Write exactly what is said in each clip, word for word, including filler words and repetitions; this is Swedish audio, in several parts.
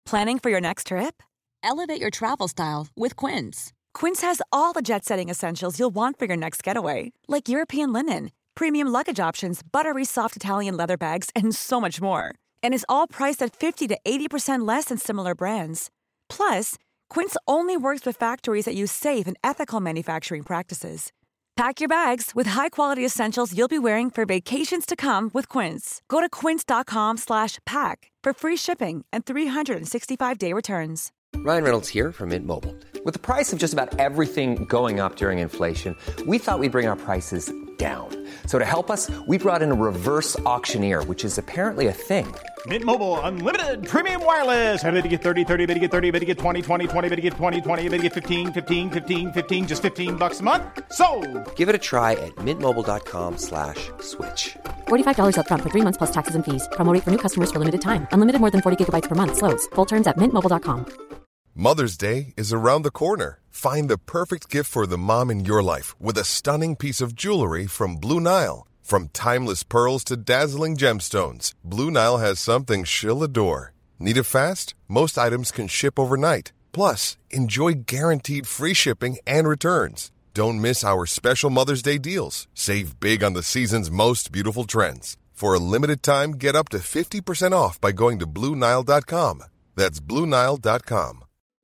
Planning for your next trip? Elevate your travel style with Quince. Quince has all the jet-setting essentials you'll want for your next getaway, like European linen, premium luggage options, buttery soft Italian leather bags, and so much more. And is all priced at fifty to eighty percent less than similar brands. Plus, Quince only works with factories that use safe and ethical manufacturing practices. Pack your bags with high-quality essentials you'll be wearing for vacations to come with Quince. Go to quince.com slash pack for free shipping and three sixty-five day returns. Ryan Reynolds here from Mint Mobile. With the price of just about everything going up during inflation, we thought we'd bring our prices down. So to help us, we brought in a reverse auctioneer, which is apparently a thing. Mint Mobile Unlimited Premium Wireless. How to get thirty, thirty, bit to get thirty, bit to get twenty, twenty, twenty, bit to get twenty, twenty, bit to get fifteen, fifteen, fifteen, fifteen, just fifteen bucks a month? Sold! Give it a try at mintmobile.com slash switch. forty-five dollars up front for three months plus taxes and fees. Promo rate for new customers for limited time. Unlimited more than forty gigabytes per month. Slows full terms at mint mobile dot com. Mother's Day is around the corner. Find the perfect gift for the mom in your life with a stunning piece of jewelry from Blue Nile. From timeless pearls to dazzling gemstones, Blue Nile has something she'll adore. Need it fast? Most items can ship overnight. Plus, enjoy guaranteed free shipping and returns. Don't miss our special Mother's Day deals. Save big on the season's most beautiful trends. For a limited time, get up to fifty percent off by going to blue nile dot com. That's blue nile dot com.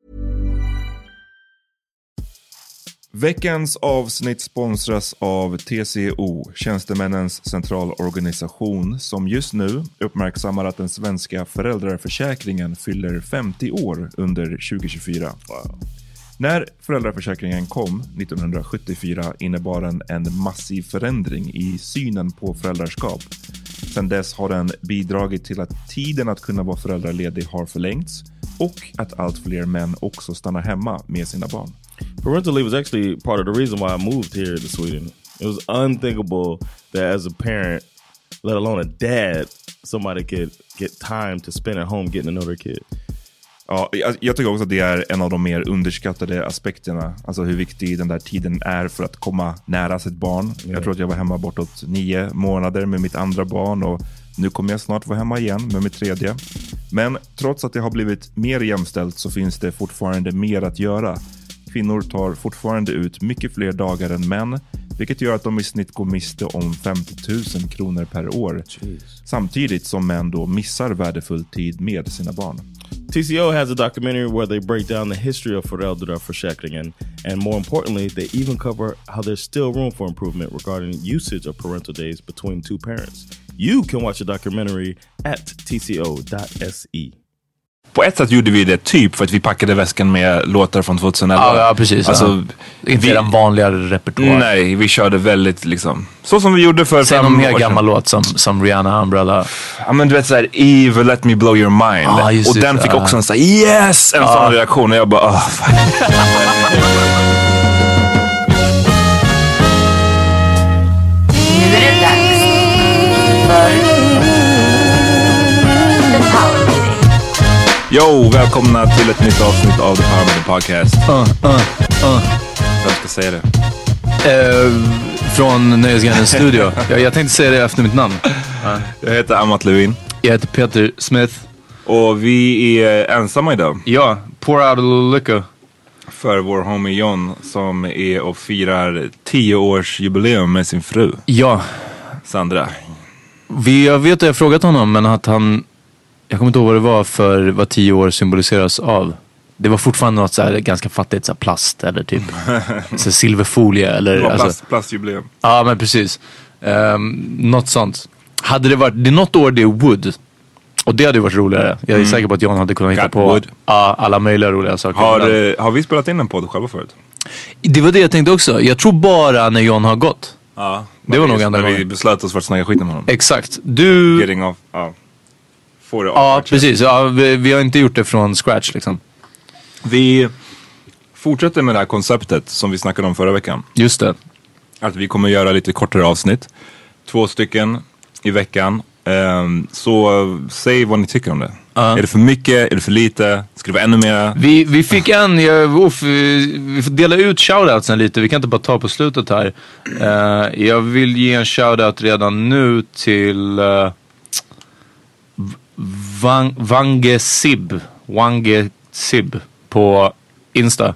Veckans avsnitt sponsras av T C O, Tjänstemännens centralorganisation, som just nu uppmärksammar att den svenska föräldraförsäkringen fyller femtio år under tjugo tjugofyra. Wow. När föräldraförsäkringen kom nittonhundrasjuttiofyra innebar den en massiv förändring i synen på föräldraskap. Sedan dess har den bidragit till att tiden att kunna vara föräldraledig har förlängts och att allt fler män också stannar hemma med sina barn. Parental leave was actually part of the reason why I moved here to Sweden. It was unthinkable that as a parent, let alone a dad, somebody could get time to spend at home getting to know their kid. Ja, jag, jag tycker också att det är en av de mer underskattade aspekterna. Alltså hur viktig den där tiden är för att komma nära sitt barn. Mm. Jag tror att jag var hemma bortåt nio månader med mitt andra barn och nu kommer jag snart vara hemma igen med mitt tredje. Men trots att det har blivit mer jämställt så finns det fortfarande mer att göra. Kvinnor tar fortfarande ut mycket fler dagar än män, vilket gör att de i snitt går miste om femtio tusen kronor per år. Jeez. Samtidigt som män då missar värdefull tid med sina barn. T C O has a documentary where they break down the history of föräldraförsäkringen, and more importantly, they even cover how there's still room for improvement regarding usage of parental days between two parents. You can watch the documentary at t c o dot s e. På ett sätt gjorde vi det typ för att vi packade väskan med låtar från tjugoelva. Ja, ja precis. Alltså, ja. Inte vi, den vanliga repertoaren. Nej, vi körde väldigt liksom så som vi gjorde för sen fem mer gammal låt som, som Rihanna Umbrella. Ja, men du vet såhär, Eve, Let Me Blow Your Mind. Ah, och den fick också en sån yes! En ah. sån reaktion och jag bara, åh, fan. Jo, välkomna till ett nytt avsnitt av The Power Meter Podcast. Uh, uh, uh. Vem ska säga det? Uh, från Nöjesguiden Studio. jag, jag tänkte säga det efter mitt namn. Uh. Jag heter Amat Levin. Jag heter Peter Smith. Och vi är ensamma idag. Ja, pour out a little liquor. För vår homie John som är och firar tio års jubileum med sin fru. Ja. Sandra. Vi, jag vet att jag frågat honom, men att han... Jag kommer inte ihåg vad det var för vad tio år symboliseras av. Det var fortfarande något så här ganska fattigt, så här plast eller typ så silverfolie eller det var plast, alltså, plastjubileum. Ja, men precis. Um, något sånt. Hade det varit, det är något år det är wood. Och det hade varit roligare. Jag är mm. säker på att John hade kunnat hitta på uh, alla möjliga roliga saker. Har, uh, har vi spelat in en podd själva förut? Det var det jag tänkte också. Jag tror bara när John har gått. Ja, det var nog när vi beslöt oss för att snacka skit med honom. Exakt. Du... Getting off, ja. Får det ja, precis. Ja, vi, vi har inte gjort det från scratch liksom. Vi fortsätter med det här konceptet som vi snackade om förra veckan. Just det. Att vi kommer göra lite kortare avsnitt. Två stycken i veckan. Um, så säg vad ni tycker om det. Uh. Är det för mycket? Är det för lite? Ska det vara ännu mer? Vi, vi fick en, jag, uff, vi, vi får dela ut shoutoutsen lite. Vi kan inte bara ta på slutet här. Uh, jag vill ge en shoutout redan nu till uh, Vang, Vange Sib. Wange Sib på Insta.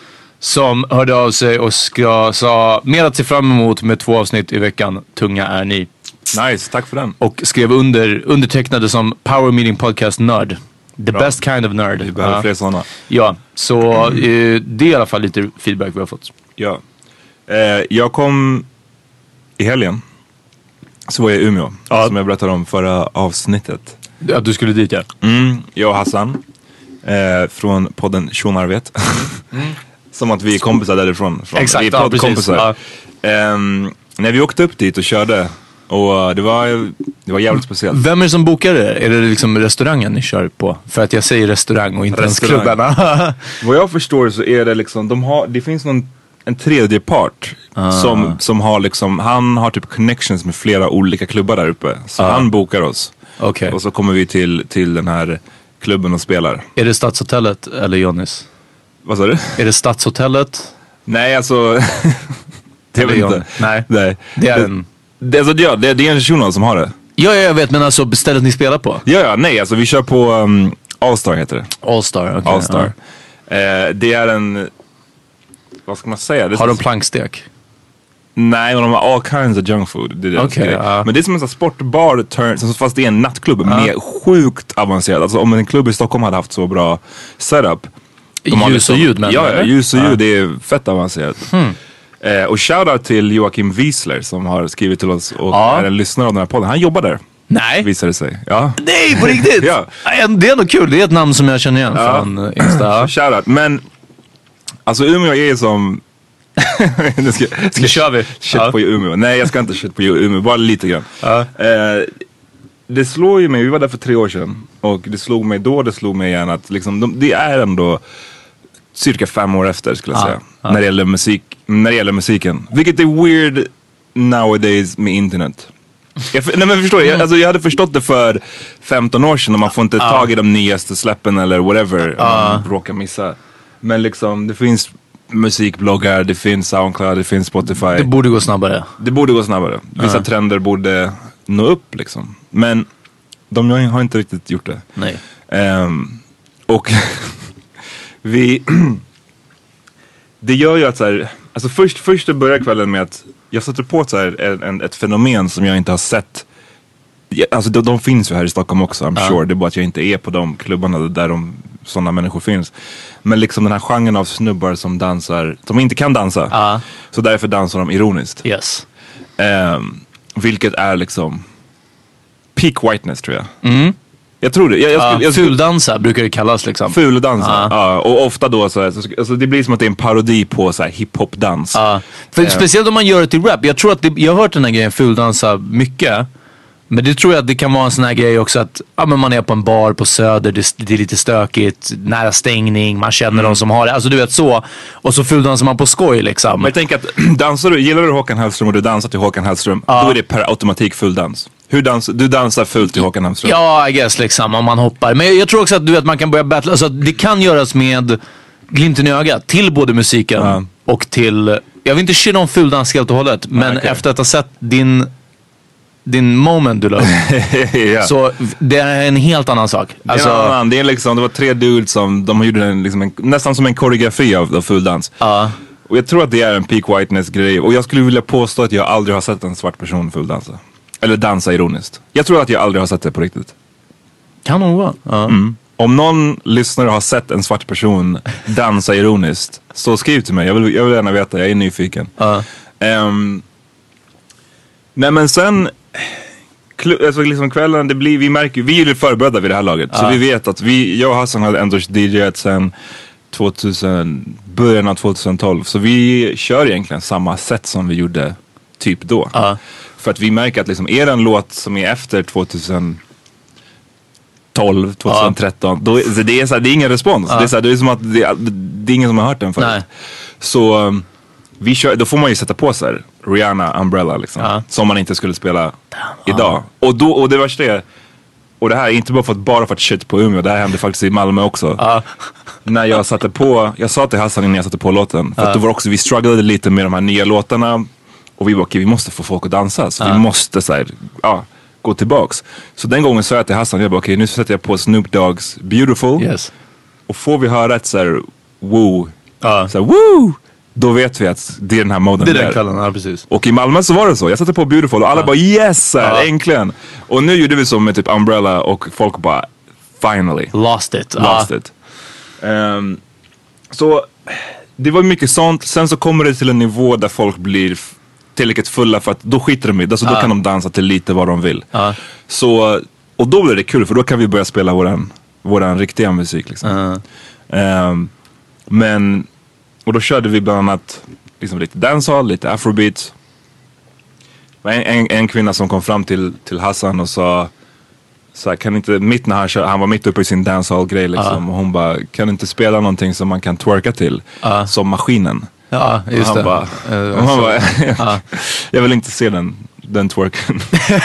Som hörde av sig och ska, sa mer att se fram emot med två avsnitt i veckan. Tunga är ni. Nice, tack för den. Och skrev under, undertecknade som Power Meeting Podcast nörd. The Bra. best kind of nerd. Vi behöver ja. fler sådana. Ja, så eh, det är i alla fall lite feedback vi har fått. Ja. Eh, jag kom i helgen. Så var jag i Umeå. Ja. Som jag berättade om förra avsnittet. Ja, du skulle dit, ja. Mm, jag och Hassan. Eh, från podden Tjonarvet. Mm. Som att vi är kompisar därifrån. Från, Exakt, vi är ja, precis. Ja. Eh, när vi åkte upp dit och körde. Och det var, det var jävligt speciellt. Vem är det som bokar det? Är det liksom restaurangen ni kör på? För att jag säger restaurang och inte ens klubbarna. Vad jag förstår så är det liksom, de har, det finns någon, en tredje part ah. som, som har liksom, han har typ connections med flera olika klubbar där uppe. Så ah. han bokar oss. Okay. Och så kommer vi till, till den här klubben och spelar. Är det Stadshotellet eller Jonis? Vad sa du? Är det Stadshotellet? Nej, alltså... det vet inte. Nej. Nej, det är en... Det, alltså, ja, det, det är en station som har det. Ja, jag vet, men alltså stället ni spelar på? Ja, ja, nej, alltså vi kör på um, All-Star heter det. All-Star, okej. Okay, All-Star. Ja. Eh, det är en... Vad ska man säga? Det har de plankstek? Nej, men de har all kinds of junk food. Det är det okay, ja. Men det är som en sån sportbar, turn, fast det är en nattklubb ja. med sjukt avancerat. Alltså om en klubb i Stockholm hade haft så bra setup. Ljus liksom, och ljud, men ja, ja, ljus och ljud, ja. Det är fett avancerat. Hmm. Eh, och shoutout till Joakim Wiesler som har skrivit till oss och ja. är en lyssnare av den här podden. Han jobbar där. Nej. Visar det sig. Ja. Nej, på riktigt? Ja. Det är ändå kul. Det är ett namn som jag känner igen ja. från Insta. Shoutout. Men alltså Umeå är som... nu ska, ska nu kör vi. Shit ja. på Umeå. Nej, jag ska inte shit på Umeå. Bara lite grann. Ja. Eh, det slår ju mig, vi var där för tre år sedan. Och det slog mig då, det slog mig igen att liksom, de, det är ändå... cirka fem år efter skulle jag ah, säga. Ah. När det gäller musik, när det gäller musiken. Vilket är weird nowadays med internet. Jag, nej men förstår jag, alltså jag hade förstått det för femton år sedan och man får inte ah. tag i de nyaste släppen eller whatever. Ah. Om man råkar missa. Men liksom det finns musikbloggar, det finns Soundcloud, det finns Spotify. Det borde gå snabbare. Det borde gå snabbare. Vissa ah. trender borde nå upp liksom. Men de har inte riktigt gjort det. Nej. Um, och... Vi, det gör ju att så här, alltså först, först det börjar kvällen med att jag sätter på så här en, en, ett fenomen som jag inte har sett. Alltså de, de finns ju här i Stockholm också, I'm ja. sure. Det är bara att jag inte är på de klubbarna där de, sådana människor finns. Men liksom den här genren av snubbar som dansar, som inte kan dansa. Ja. Så därför dansar de ironiskt. Yes. Um, vilket är liksom peak whiteness tror jag. Mm. Jag tror det. Jag, jag skulle, uh, jag skulle, fuldansa brukar det kallas liksom. Fuldansa, ja. Uh. Uh, och ofta då så, så alltså, det blir som att det är en parodi på så här hiphop-dans. Uh. För uh. Speciellt om man gör det till rap. Jag tror att det, jag har hört den här grejen fuldansa mycket. Men det tror jag att det kan vara en sån här grej också att ja, men man är på en bar på Söder, det, det är lite stökigt, nära stängning, man känner mm. de som har det. Alltså du vet så. Och så fuldansar man på skoj liksom. Men jag tänker att dansar du, gillar du Håkan Hellström och du dansar till Håkan Hellström, uh. då är det per automatik fulldans. Hur dans, du dansar fullt till Håkan Hellström? Ja, I guess liksom, om man hoppar. Men jag, jag tror också att du vet man kan börja battle, alltså det kan göras med glimten i ögat till både musiken uh. och till, jag vill inte shit om fulldans helt och hållet, men ah, okay. efter att ha sett din din moment du la yeah. så det är en helt annan sak. Alltså, det, är annan, det är liksom, det var tre dudes som de gjorde en, liksom en, nästan som en koreografi av, av fulldans. Uh. Och jag tror att det är en peak whiteness grej. Och jag skulle vilja påstå att jag aldrig har sett en svart person fulldansa. Eller dansa ironiskt. Jag tror att jag aldrig har sett det på riktigt. Kan nog vara. Uh. Mm. Om någon lyssnare har sett en svart person dansa ironiskt, så skriv till mig. Jag vill, jag vill gärna veta, jag är nyfiken. Uh. Um, nej men sen... Alltså liksom kvällen, det blir, vi märker vi är ju förberedda vid det här laget. Ja. Så vi vet att vi, jag och Hassan hade ändå D J:at sen tvåtusen, början av tjugotolv. Så vi kör egentligen samma sätt som vi gjorde typ då. Ja. För att vi märker att liksom, är det en låt som är efter tjugotolv, tjugotretton, ja. då, det, är så här, det är ingen respons. Ja. Det, är så här, det är som att det, det är ingen som har hört den förut. Nej. Så... Vi kör, då får man ju sätta på sig Rihanna Umbrella liksom, ja. som man inte skulle spela Damn, idag. Ja. Och, då, och det värsta är, och det här är inte bara för att, bara för att shit på Umeå, det här hände faktiskt i Malmö också. Ja. När jag satte på, jag sa till Hassan innan jag satte på låten, för ja. att då var också, vi strugglade lite med de här nya låtarna. Och vi var okej, okay, vi måste få folk att dansa, så ja. vi måste så här, ja, gå tillbaks. Så den gången sa jag till Hassan, jag bara okej, okay, nu sätter jag på Snoop Dogg's Beautiful. Yes. Och får vi höra ett så här woo, uh. så här, woo, då vet vi att det är den här moden. Det är den kvällen, ja precis. Och i Malmö så var det så. Jag satte på Beautiful och alla uh. bara yes, här, uh. äntligen. Och nu gjorde vi så med typ Umbrella och folk bara finally. Lost it. Lost uh. it. Um, så det var mycket sånt. Sen så kommer det till en nivå där folk blir tillräckligt fulla för att då skiter de i. Alltså, då uh. kan de dansa till lite vad de vill. Uh. Så, och då blir det kul för då kan vi börja spela våran, våran riktiga musik liksom. Uh. Um, men och då körde vi bland annat liksom lite dancehall, lite afrobeat. En, en, en kvinna som kom fram till, till Hassan och sa så här, kan inte, mitt när han kör, han var mitt uppe i sin dancehall-grej liksom, uh. och hon bara, kan inte spela någonting som man kan twerka till, uh. som Maskinen. Ja, just och han det. Bara, uh, och han bara, uh. jag vill inte se den, den twerken.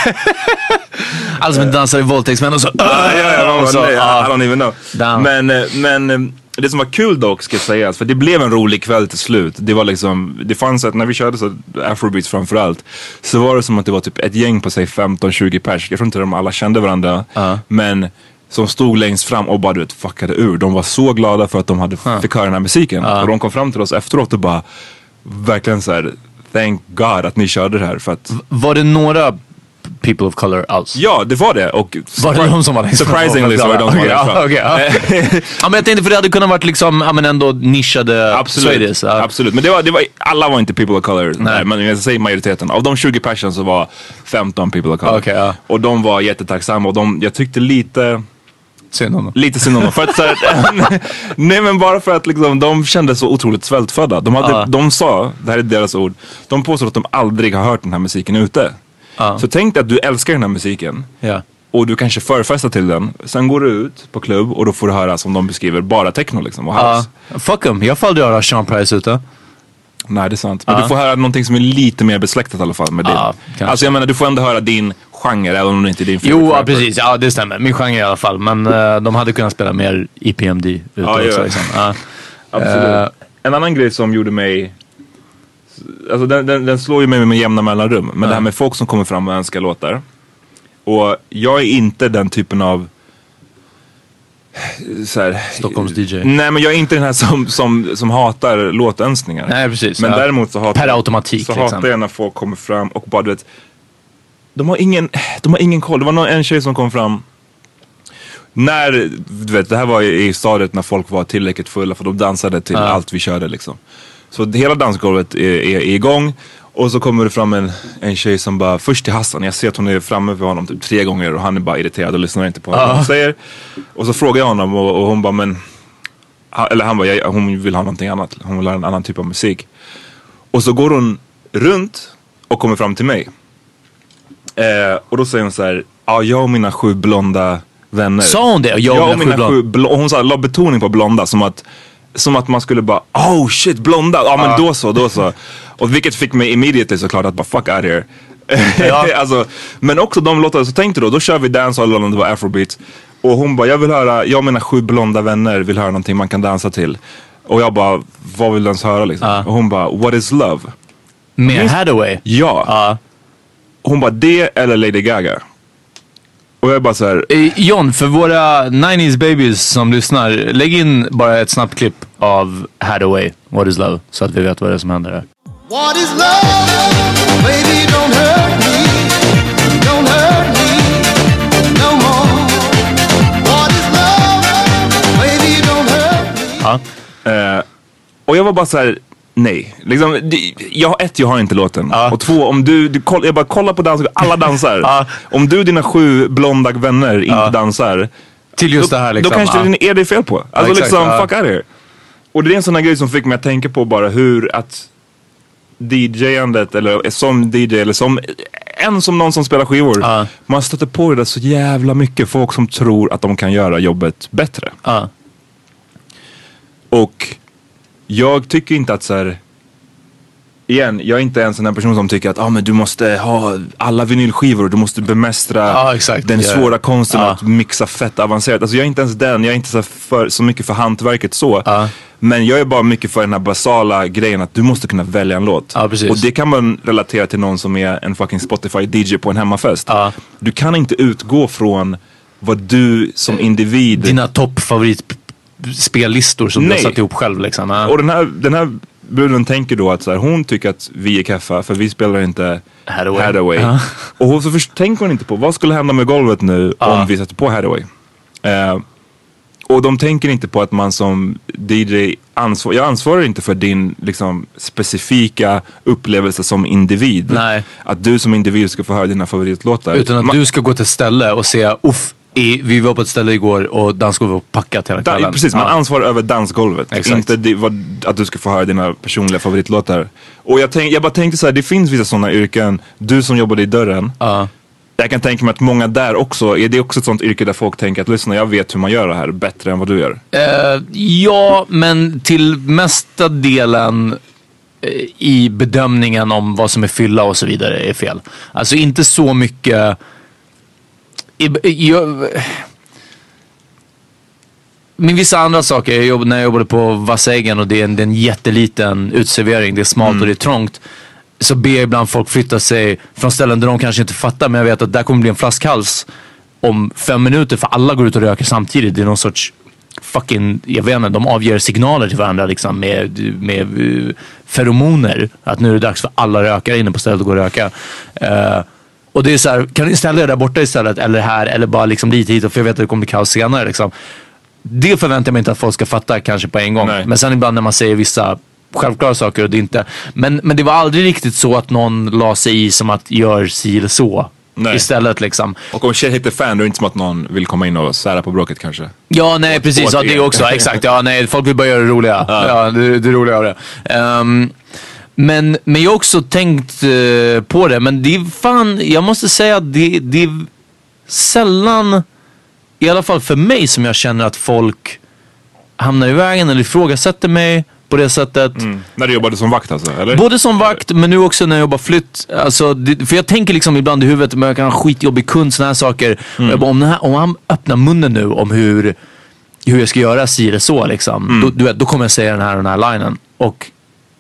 Alltså med dansar i våldtäktsmän och så. Uh, ja, ja, man bara, nej, I don't even know. Down. Men, men det som var kul dock ska sägas, för det blev en rolig kväll till slut. Det var liksom, det fanns att när vi körde så afrobeats framförallt, så var det som att det var typ ett gäng på sig femton tjugo pers. Jag tror inte de alla kände varandra, uh. men som stod längst fram och bara du vet, fuckade ur. De var så glada för att de hade uh. fick höra den här musiken. Uh. Och de kom fram till oss efteråt och bara verkligen så här, thank God att ni körde det här. För att... Var det några people of color alls? Ja, det var det. Och var det de som var längst fram? Surprisingly så var det de som okay, var längst fram. Okay, okay. Ja, men jag tänkte för det hade kunnat varit liksom, ja men ändå nischade. Absolut, så uh. absolut. Men det var, det var, alla var inte people of color. Nej. Nej, men jag säger majoriteten. Av de tjugo personer så var femton people of color. Okay, uh. Och de var jättetacksamma och de, jag tyckte lite... Synd om dem. Lite synd om dem. För att, så här, nej men bara för att liksom, de kände så otroligt svältfödda. De, hade, uh. de sa, det här är deras ord, de påstår att de aldrig har hört den här musiken ute. Uh. Så tänk dig att du älskar den här musiken yeah. och du kanske förfästar till den. Sen går du ut på klubb och då får du höra, som de beskriver, bara techno liksom, och house. Uh. Fuck em, jag får aldrig höra Sean Price ute. Nej, det är sant. Men uh. du får höra någonting som är lite mer besläktat i alla fall med din. Uh, alltså jag menar, du får ändå höra din genre, även om det inte är din Jo, ja, precis. Ja, det stämmer. Min genre i alla fall. Men uh, de hade kunnat spela mer E P M D ute ja, också. Ja. Liksom. Uh. Absolut. Uh. En annan grej som gjorde mig... Alltså den, den, den slår ju mig med jämna mellanrum. Men mm. det här med folk som kommer fram och önskar låtar. Och jag är inte den typen av så här, Stockholms D J. Nej, men jag är inte den här som, som, som hatar låtönskningar. Nej, precis. Men ja. däremot så hatar, per automatik, så liksom. hatar jag när folk kommer fram och bara du vet, de har ingen, de har ingen koll. Det var någon, en tjej som kom fram när, du vet, det här var i, i stadiet när folk var tillräckligt fulla för de dansade till ja. allt vi körde liksom. Så hela dansgolvet är, är, är igång. Och så kommer det fram en, en tjej som bara, först till Hassan, jag ser att hon är framme för honom typ tre gånger och han är bara irriterad och lyssnar inte på vad uh. hon säger. Och så frågar jag honom och, och hon bara, men eller han bara, jag, hon vill ha någonting annat. Hon vill ha en annan typ av musik. Och så går hon runt och kommer fram till mig. Eh, och då säger hon så här, ja, jag och mina sju blonda vänner. Sa hon det? Jag, jag och mina, mina sju blonda. Och hon sa, la betoning på blonda, som att Som att man skulle bara, oh shit, blonda. Ja, men uh. då så, då så. Och vilket fick mig immediately såklart att bara, fuck out here. Ja. Alltså, men också de låtar, så tänkte då, då kör vi dancehall eller om det var afrobeat. Och hon bara, jag vill höra, jag och mina sju blonda vänner vill höra någonting man kan dansa till. Och jag bara, vad vill du ens höra liksom? Uh. Och hon bara, what is love? Med Hathaway? Ja. Uh. Hon bara, det eller Lady Gaga? Och jag är bara så här, eh, John, för våra nineties babies som lyssnar, lägg in bara ett snabbt klipp av Hathaway, What is love, så att vi vet vad det är som händer där. What is love? Baby, don't hurt me. Don't hurt me no more. What is love? Baby, don't hurt me. Ja. Eh, och jag var bara så här, nej. Liksom, det, jag, ett, jag har inte låten. Uh. Och två, om du, du koll, jag bara kollar på dans, alla dansar. Uh. Om du och dina sju blonda vänner inte uh. dansar till just då, det här liksom. Då kanske uh. det är det fel på. Alltså uh, liksom, uh. fuck out here. Och det är en sån här grej som fick mig att tänka på bara hur att D J-andet, eller som D J, eller som en som någon som spelar skivor, uh. man stöter på det där så jävla mycket. Folk som tror att de kan göra jobbet bättre. Uh. Och jag tycker inte att så här, igen, jag är inte ens en person som tycker att ah, men du måste ha alla vinylskivor, du måste bemästra ja, exakt. den yeah. svåra konsten ja. att mixa fett avancerat. Alltså jag är inte ens den, jag är inte så, för, så mycket för hantverket så. Ja. Men jag är bara mycket för den här basala grejen att du måste kunna välja en låt. Ja, precis. Och det kan man relatera till någon som är en fucking Spotify-D J på en hemmafest. Ja. Du kan inte utgå från vad du som individ... Dina toppfavoritspellistor som Nej. du har satt ihop själv liksom. Ja. Och den här, den här bruden tänker då att så här, hon tycker att vi är keffa för vi spelar inte Hathaway. Hathaway. Ja. Och så först tänker hon inte på vad skulle hända med golvet nu ja. om vi sätter på Hathaway. Uh, och de tänker inte på att man som D J ansvar, jag ansvarar inte för din liksom, specifika upplevelse som individ. Nej. Att du som individ ska få höra dina favoritlåtar. Utan att man, du ska gå till ett ställe och säga uff, i, vi var på ett ställe igår och dansgolvet var packat hela kvällen. Da, precis, man ja. ansvarar över dansgolvet. Exakt. Inte det, vad, att du ska få höra dina personliga favoritlåtar. Och jag, tänk, jag bara tänkte så här, det finns vissa sådana yrken. Du som jobbade i dörren. Ja. Jag kan tänka mig att många där också, är det också ett sånt yrke där folk tänker att lyssna, jag vet hur man gör det här bättre än vad du gör? Uh, ja, men till mesta delen uh, i bedömningen om vad som är fylla och så vidare är fel. Alltså inte så mycket... I, jag, men vissa andra saker, jag jobb, när jag jobbade på Vassägen och det är en, det är en jätteliten utservering, det är smalt mm. och det är trångt. Så ber jag ibland folk flytta sig från ställen där de kanske inte fattar, men jag vet att där kommer bli en flaskhals om fem minuter för alla går ut och röker samtidigt. Det är någon sorts fucking, jag vet inte, de avger signaler till varandra liksom med, med feromoner. Att nu är det dags för alla rökare inne på stället att gå och röka. Uh, och det är så här, kan du ställa dig där borta istället eller här eller bara liksom lite hit, för jag vet att det kommer bli kaos senare liksom. Det förväntar jag mig inte att folk ska fatta kanske på en gång. Nej. Men sen ibland när man säger vissa självklara saker och det inte. Men, men det var aldrig riktigt så att någon la sig i som att gör si eller så. Nej. Istället liksom. Och om tjej heter fan, då är det inte som att någon vill komma in och sära på bråket kanske. Ja, nej, precis. Ja, det också. Exakt. Ja, nej, folk vill bara göra det roliga. Ja, ja det, det är roliga av det. Um, men, men jag har också tänkt uh, på det. Men det är fan, jag måste säga att det, det är sällan, i alla fall för mig, som jag känner att folk hamnar i vägen eller ifrågasätter mig på det sättet. Mm. När du jobbade som vakt alltså, eller? Både som vakt, men nu också när jag jobbar flytt. Alltså, det, för jag tänker liksom ibland i huvudet, men jag kan ha skitjobbig kund, såna här saker. Mm. Och jag bara, om, den här, om han öppnar munnen nu om hur, hur jag ska göra si eller så liksom. Mm. Då, du vet, då kommer jag säga den här och den här linen. Och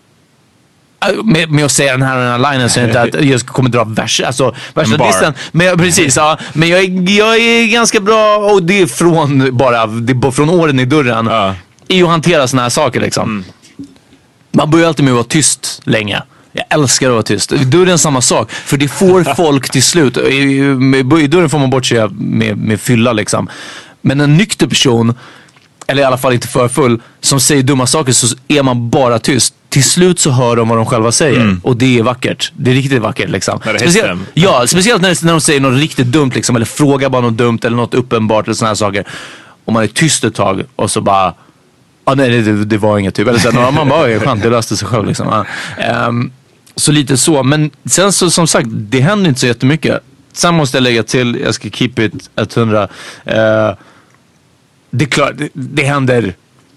med, med att säga den här och den här linen så är det inte att jag kommer dra vers, alltså värsta listan. Men precis, ja. Men jag är, jag är ganska bra, och det är från bara, det är från åren i dörren. Ja. I att hantera såna här saker liksom. Mm. Man börjar alltid med att vara tyst länge. Jag älskar att vara tyst. I dörren samma sak. För det får folk till slut. I, i, i dörren får man bort sig med, med fylla liksom. Men en nykter person, eller i alla fall inte för full, som säger dumma saker, så är man bara tyst. Till slut så hör de vad de själva säger. Mm. Och det är vackert. Det är riktigt vackert liksom. Speciellt, ja, speciellt när, när de säger något riktigt dumt liksom. Eller frågar bara något dumt eller något uppenbart eller såna här saker. Och man är tyst ett tag och så bara... Ah, nej, det, det var inget typ. Eller så här, man bara, skönt, det löste sig själv liksom. Ah. Um, så lite så. Men sen så, som sagt, det händer inte så jättemycket. Sen måste jag lägga till, jag ska keep it hundra. Uh, det är klart, det, det händer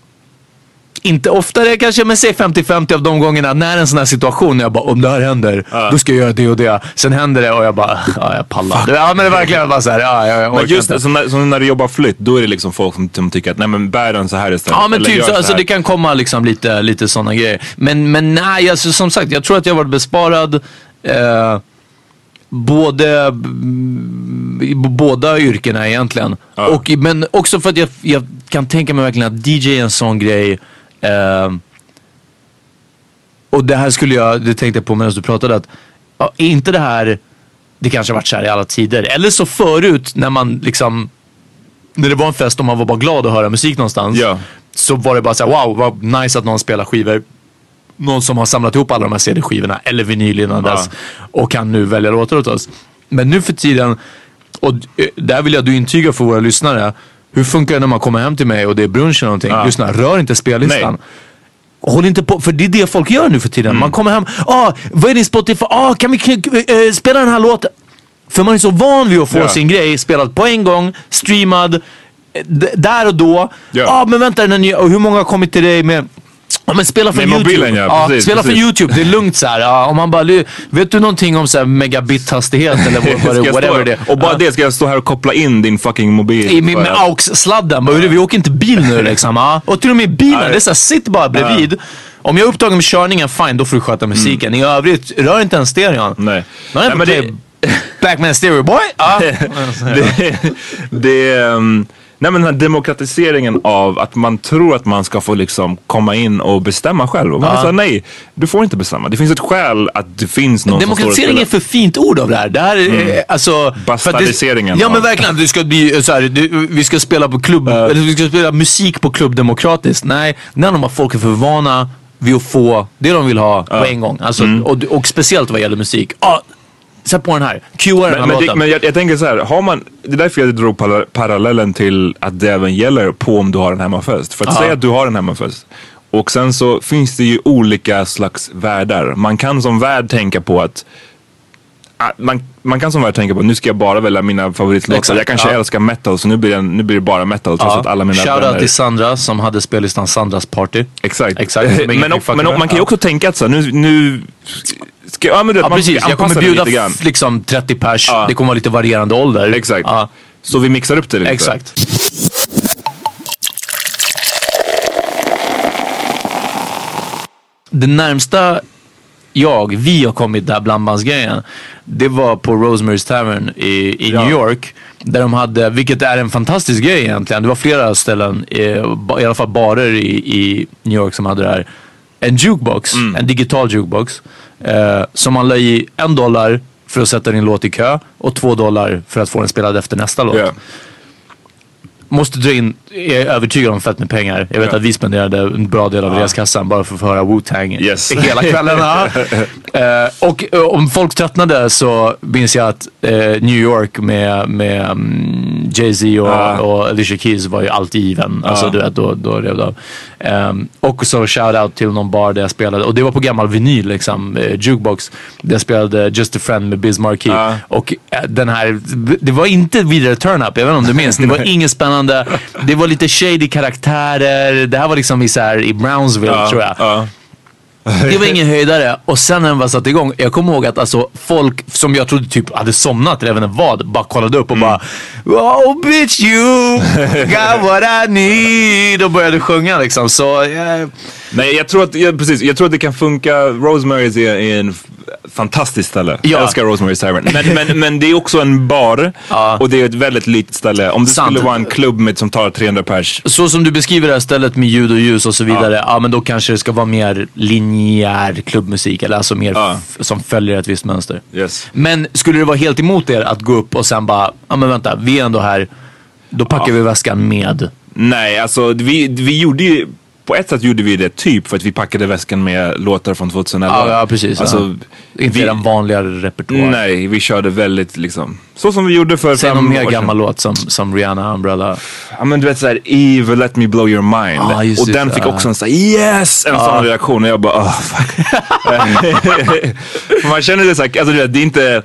inte oftare kanske, men säg femtio femtio av de gångerna när en sån här situation, jag bara, om det här händer, uh. då ska jag göra det och det. Sen händer det och jag bara, ja, jag pallar. Ja, men det är verkligen bara så här, ja, jag, jag men just det, så när, så när du jobbar flytt, då är det liksom folk som, som tycker att, nej men bär den så här istället. Ja, men typ så, alltså, det kan komma liksom lite, lite sådana grejer. Men, men nej, alltså, som sagt, jag tror att jag har varit besparad eh, både b- båda yrkena egentligen. Ja. Och, men också för att jag, jag kan tänka mig verkligen att D J är en sån grej. Uh, och det här skulle jag, det tänkte jag på medan du pratade, att ja, inte det här, det kanske har varit så här i alla tider, eller så förut när man liksom, när det var en fest och man var bara glad att höra musik någonstans, yeah. så var det bara så här, wow, vad nice att någon spelar skivor, någon som har samlat ihop alla de här C D-skivorna eller vinyl innan ja. dess och kan nu välja låtar åt oss. Men nu för tiden, och där vill jag du intyga för våra lyssnare, hur funkar det när man kommer hem till mig och det är brunch eller någonting? Ja. Lyssna, rör inte spellistan. Nej. Håll inte på, för det är det folk gör nu för tiden. Mm. Man kommer hem, ah, vad är din Spotify? Ah, kan vi äh, spela den här låten? För man är så van vid att få ja. sin grej spelad på en gång, streamad, d- där och då. Ja, ah, men vänta, den nya, och hur många har kommit till dig med Ja, men spela från Med YouTube. mobilen, ja, ja, precis, spela precis. från YouTube, det är lugnt så här. Ja, om man bara, vet du någonting om så här megabit-hastighet eller vad, vad, Ska jag whatever stå, det är? och bara Ja. det ska jag stå här och koppla in din fucking mobil. I, med med för att- A U X-sladden. Bara, vi åker inte bil nu liksom. Ja. Och till och med i bilen, Ja, det är så här, sitt bara bredvid. Om jag är upptagen med körningen, fine, då får du sköta musiken. I övrigt, rör inte en stereon. Nej. Man Nej, men det, Backman stereo boy. Ja. det, det um, nej, men den här demokratiseringen av att man tror att man ska få liksom komma in och bestämma själv. Och man Ja. säger nej, du får inte bestämma. Det finns ett skäl att det finns någon Demokratisering som är står och för fint ord av det här. Det här är Mm. eh, alltså... Bastardiseringen Ja men av- verkligen, det ska bli så här, det, vi ska spela på klubb, eller vi ska spela musik på klubb demokratiskt. Nej, när de har folk är för vana vid att få det de vill ha på en gång. Alltså, Mm. och, och speciellt vad gäller musik. Ah, sätt på den här, Q R den här Men, men, det, låten. men jag, jag tänker så här, har man, det är därför jag drog para- parallellen till att det även gäller på om du har en hemmafest. För att Ja. säga att du har en hemmafest. Och sen så finns det ju olika slags världar. Man kan som värd tänka på att ah, man, man kan som värd tänka på att nu ska jag bara välja mina favoritlåtar. Exakt, Jag kanske ja. älskar metal så nu blir det, nu blir det bara metal trots att alla mina Shoutout vänner... till Sandra som hade spellistan Sandras Party. Exakt. Exakt. men och, men och, man kan ju också tänka att så här, nu, nu ska, ja, men du vet, Ja man precis, ska jag kommer anpassa det bjuda lite grann. f- liksom trettio pers. Ja. Det kommer vara lite varierande ålder. Exakt. Ja. Så vi mixar upp det lite. Exakt. Det närmsta jag, vi har kommit där blandbandsgrejen, det var på Rosemary's Tavern i, i Ja. New York. Där de hade, vilket är en fantastisk grej egentligen. Det var flera ställen, eh, ba- i alla fall barer i, i New York som hade det här. En jukebox, Mm. en digital jukebox. Eh, som man la i en dollar för att sätta din låt i kö och två dollar för att få den spelad efter nästa låt. Ja. Måste dra in, jag är övertygad om fett med pengar. Jag vet Ja. att vi spenderade en bra del av reskassan bara för att få höra Wu-Tang Yes. hela kvällarna. eh, och eh, om folk tröttnade så minns jag att eh, New York med, med um, Jay-Z och, Ja. och Alicia Keys var ju alltid given. Alltså Ja. du vet, då, då rev det av. Um, och så shout-out till någon bar där jag spelade. Och det var på gammal vinyl liksom, eh, jukebox. Där jag spelade Just a Friend med Biz Markie. Ja. Och eh, den här, det var inte vidare turn-up, jag vet inte om du minns. Det var inget spännande. Det var lite shady karaktärer. Det här var liksom i, så här, i Brownsville Ja, tror jag. ja. Det var ingen höjdare. Och sen när den var satt igång, jag kommer ihåg att alltså, folk som jag trodde typ hade somnat eller även en vad, bara kollade upp och Mm. bara oh bitch you got what I need och började sjunga liksom. Så eh, Nej, jag tror att, ja, precis, jag tror att det kan funka. Rosemary's är, är en f- fantastisk ställe. Ja. Jag älskar Rosemary's Tavern. Men, men, men det är också en bar Ja. och det är ett väldigt litet ställe. Om det Sant. skulle vara en klubb med, som tar trehundra pers. så som du beskriver det här stället med ljud och ljus och så vidare, ja, men då kanske det ska vara mer linjär klubbmusik eller alltså mer Ja. f- som följer ett visst mönster. Yes. Men skulle det vara helt emot er att gå upp och sen bara, ja men vänta, vi är ändå här, då packar vi väskan med. Nej, alltså vi, vi gjorde ju, på ett sätt gjorde vi det typ för att vi packade väskan med låtar från tjugoelva. Ja, ja precis. Alltså, ja. Inte vi, den vanliga repertoaren. nej, vi körde väldigt liksom, så som vi gjorde för Säg fem någon mer år gammal sedan. låt som, som Rihanna, Umbrella. Ja men du vet såhär, Eve, Let Me Blow Your Mind. Ah, just och det, den fick ja. också en såhär, yes! En sån reaktion och jag bara, oh, fuck. Man känner det såhär, alltså du vet, det är inte,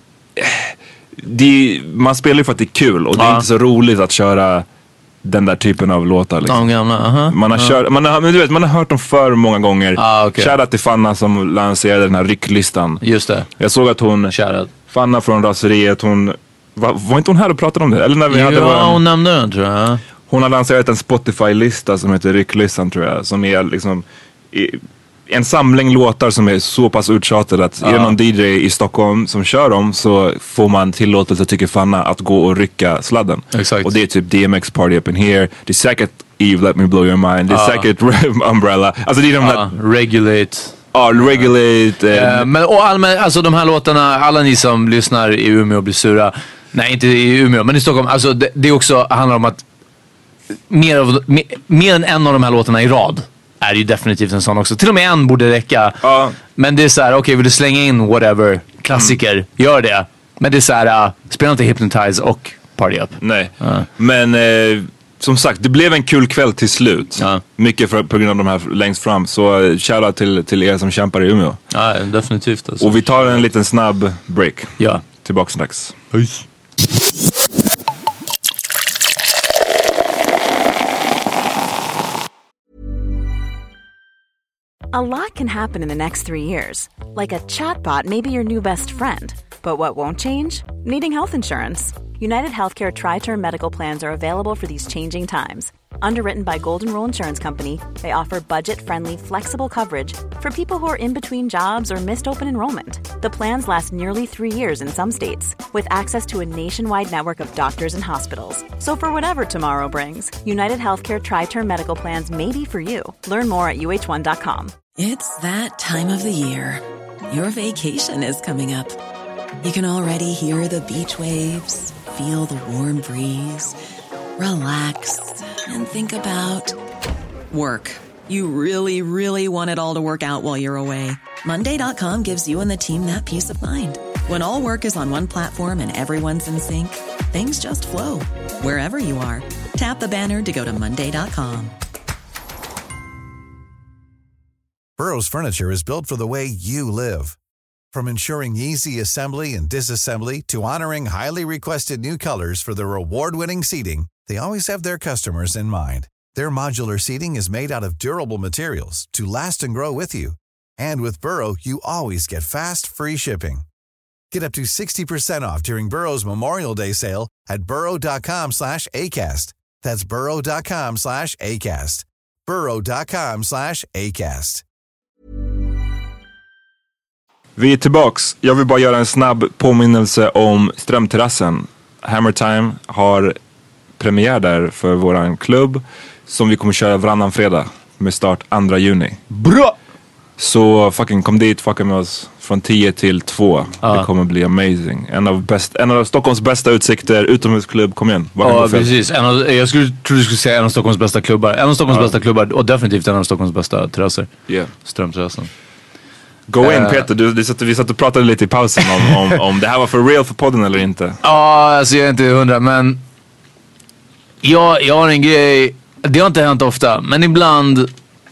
det, man spelar ju för att det är kul och det är Ja. inte så roligt att köra den där typen av låtar liksom. De gamla, aha. Man har, kört, man, har, men du vet, man har hört dem för många gånger. Ah, okay. Shoutout till Fanna som lanserade den här rycklistan. Just det. Jag såg att hon, Shoutout. Fanna från Raseriet, hon var, var inte hon här och pratade om det? Eller när vi hade Ja, vår, hon nämnde den tror jag. hon har lanserat en Spotify-lista som heter Rycklistan tror jag. Som är liksom i, en samling låtar som är så pass uttjatade att är det någon D J i Stockholm som kör dem så får man tillåtelse, tycker Fanna, att gå och rycka sladden. Exakt. Och det är typ D M X Party Up In Here, det är säkert Eve Let Me Blow Your Mind, det är säkert Umbrella. Alltså det är de Ja, här, regulate. ja, Regulate. eh, Eh, men och allmän, alltså de här låtarna, alla ni som lyssnar i Umeå blir sura. Nej, inte i Umeå, men i Stockholm. Alltså det, det också handlar om att mer, av, mer, mer än en av de här låtarna i rad är ju definitivt en sån också. Till och med en borde räcka. Ja. Men det är så här, okej, vill du slänga in whatever, klassiker, Mm. gör det. Men det är så här, uh, spela inte Hypnotize och Party Up. Nej, men eh, som sagt, det blev en kul kväll till slut. Ja. Mycket för, på grund av de här längst fram. Så eh, shoutout till, till er som kämpar i Umeå. Ja, definitivt. Alltså. Och vi tar en liten snabb break. Ja. Tillbaka strax. A lot can happen in the next three years. Like a chatbot may be your new best friend. But what won't change? Needing health insurance. United Healthcare Tri-Term Medical Plans are available for these changing times. Underwritten by Golden Rule Insurance Company, they offer budget-friendly, flexible coverage for people who are in between jobs or missed open enrollment. The plans last nearly three years in some states, with access to a nationwide network of doctors and hospitals. So for whatever tomorrow brings, United Healthcare Tri-Term Medical Plans may be for you. Learn more at U H one dot com. It's that time of the year. Your vacation is coming up. You can already hear the beach waves, feel the warm breeze, relax, and think about work. You really, really want it all to work out while you're away. Monday dot com gives you and the team that peace of mind. When all work is on one platform and everyone's in sync, things just flow. Wherever you are, tap the banner to go to Monday dot com. Burrow's furniture is built for the way you live. From ensuring easy assembly and disassembly to honoring highly requested new colors for their award-winning seating, they always have their customers in mind. Their modular seating is made out of durable materials to last and grow with you. And with Burrow, you always get fast, free shipping. Get up to sixty percent off during Burrow's Memorial Day sale at burrow dot com slash acast. That's burrow dot com slash acast. burrow dot com slash acast. Vi är tillbaks. Jag vill bara göra en snabb påminnelse om Strömterrassen. Hammer Time har premiär där för våran klubb som vi kommer köra varannan fredag med start andra juni. Bra! Så fucking kom dit, fucka med oss från tio till två. Ja. Det kommer bli amazing. En av, bäst, en av Stockholms bästa utsikter, utomhusklubb, kom igen. Ja, precis. En av, jag skulle tro du skulle säga en av Stockholms bästa klubbar. En av Stockholms ja. bästa klubbar och definitivt en av Stockholms bästa terrasser. Yeah. Strömterrassen. Go in uh, Peter, du, du satt, vi satt och pratade lite i pausen om, om, om det här var för real för podden eller inte. Ja, alltså jag är inte hundra, men jag, jag har en grej. Det har inte hänt ofta, men ibland.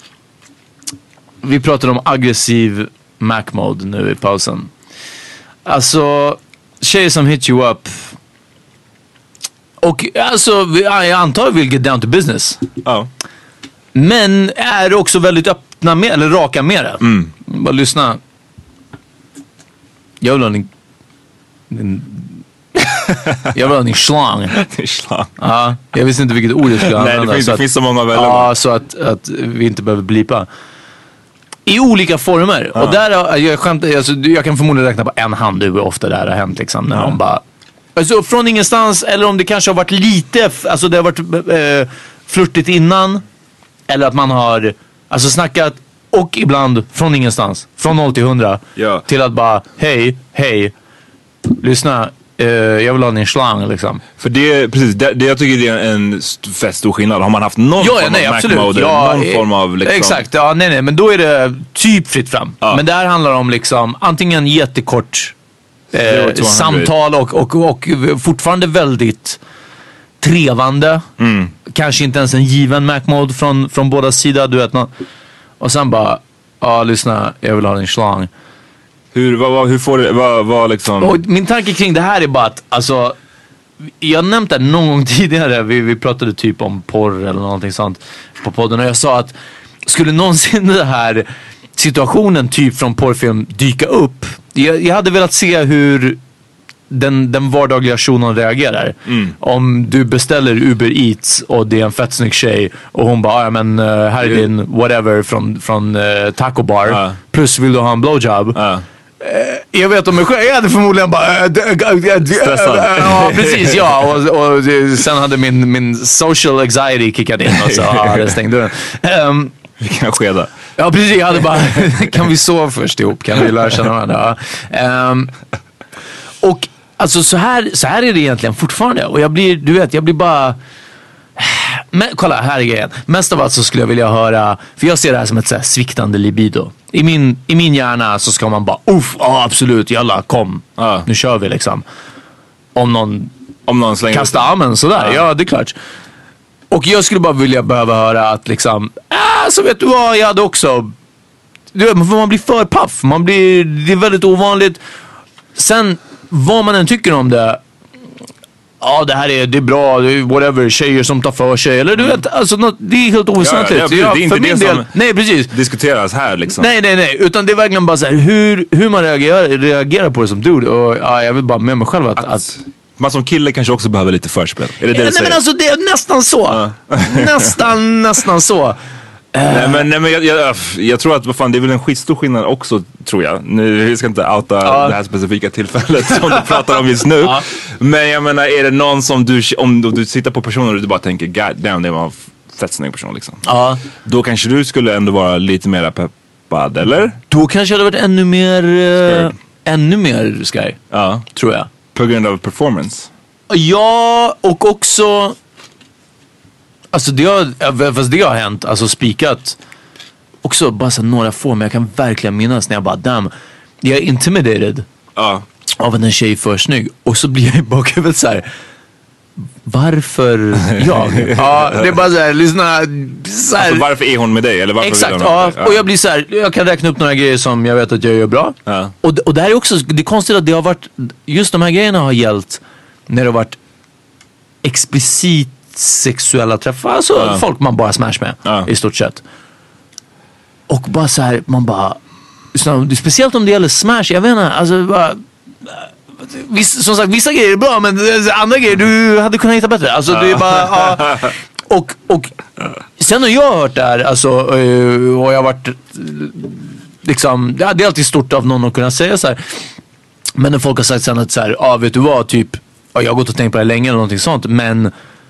Vi pratade om aggressiv Mac mode nu i pausen. Alltså tjejer som hit you up. Och alltså jag antar vill get down to business. Ja. Men är också väldigt öppna med, eller raka med det. Mm. Bara lyssna. Jag vill ha en, en jag vill ha en slang. slang. Ja, jag visste inte vilket ord jag skulle använda. Nej, det finns, så det att, finns så många väl. Ja, så att, att vi inte behöver blipa. I olika former. Ja. Och där, jag, skämt, alltså, jag kan förmodligen räkna på en hand hur ofta det här har hänt. Liksom, när ja. de bara, alltså, från ingenstans, eller om det kanske har varit lite, alltså det har varit eh, flirtigt innan. Eller att man har alltså snackat och ibland från ingenstans. Från noll till hundra. Ja. Till att bara, hej, hej. Lyssna, uh, jag vill ha din slang liksom. För det, precis, det, det jag tycker det är en fett stor skillnad. Har man haft någon ja, form nej, av absolut. Mac-mode, ja, någon form av liksom... Exakt, ja, nej, nej, men då är det typ fritt fram. Ja. Men där handlar det om liksom antingen jättekort eh, samtal och, och, och fortfarande väldigt trevande. Mm. Kanske inte ens en given Mac-mode från, från båda sidor, du vet. Man, och sen bara, ja, lyssna, jag vill ha din slang. Hur, vad, vad, hur får det, vad, vad liksom... Och min tanke kring det här är bara att, alltså, jag nämnde det någon gång tidigare, vi, vi pratade typ om porr eller någonting sånt på podden, och jag sa att skulle någonsin den här situationen typ från porrfilm dyka upp, jag, jag hade velat se hur den, den vardagliga shunon reagerar. Mm. Om du beställer Uber Eats och det är en fett snygg tjej och hon bara, ja men uh, här är din whatever från, från uh, taco bar, uh. plus vill du ha en blowjob. Uh. Jag vet om mig själv, jag hade förmodligen bara stressad. Ja, precis, ja. Och, och sen hade min, min social anxiety kickat in och så ja, det stängde dörren. Um, vi kan skeda. Ja, precis, jag hade bara kan vi sova först ihop? Kan vi lära känna varandra? Um, och alltså så här, så här är det egentligen fortfarande. Och jag blir, du vet, jag blir bara... Men kolla, här är grejen. Mest av allt så skulle jag vilja höra, för jag ser det här som ett så här sviktande libido. I min, i min hjärna så ska man bara, uff, ja absolut, jalla, kom. Ja. Nu kör vi liksom. Om någon, Om någon slänger kastar armen sådär, ja. ja det är klart. Och jag skulle bara vilja behöva höra att liksom, ah, så vet du vad, jag hade också, du vet, man blir för paff. Man blir, det är väldigt ovanligt. Sen, vad man än tycker om det, ja det här är, det är bra, det är whatever, tjejer som tar för sig. Eller du vet, alltså något, det är helt oväsentligt. Ja, ja, ja, det är inte för det min som del, nej, precis. diskuteras här liksom. Nej, nej, nej. Utan det är verkligen bara så här, hur, hur man reagerar, reagerar på det som dude. Och ja, jag vill bara med mig själv att... Att, att man som kille kanske också behöver lite förspel. Är det det ja, du nej, säger? men alltså det är nästan så. Ja. nästan, nästan så. Nej men, nej, men jag, jag, jag tror att vad fan, det är väl en skitstor skillnad också, tror jag. Nu, vi ska inte outa ja. det här specifika tillfället som du pratar om just nu. Ja. Men jag menar, är det någon som du, om du, du sitter på personer och du bara tänker god damn, det var en fett snygg person liksom. Ja. Då kanske du skulle ändå vara lite mer peppad, eller? Då kanske jag hade varit ännu mer, uh, ännu mer sky. Ja. Tror jag. På grund av performance? Ja, och också... Alltså det har, fast det har hänt, alltså spikat också bara så några få, men jag kan verkligen minnas när jag bara damn, jag är intimidated ja. av att en tjej är för snygg och så blir jag i bakhuvudet så här. Varför jag? Ja, det är bara så här, lyssna så här. Alltså, varför är hon med dig? Eller varför exakt, vill hon ja. med dig? Ja. Och jag blir så här, jag kan räkna upp några grejer som jag vet att jag gör bra. Ja. Och, och det här är också, det är konstigt att det har varit, just de här grejerna har gällt när det har varit explicit sexuella träffar, alltså ja. folk man bara smash med ja. i stort sett. Och bara så här, man bara så, speciellt om det gäller smash, jag vet inte, alltså bara, viss, som sagt, vissa grejer är bra, men andra grejer du hade kunnat hitta bättre. Alltså ja. det är bara ja. och, och sen har jag hört det här, alltså, och jag har varit liksom, det är alltid stort av någon att kunna säga så här, men när folk har sagt sen att så här, ja vet du vad, typ, ja, jag har gått och tänkt på det länge eller någonting sånt, men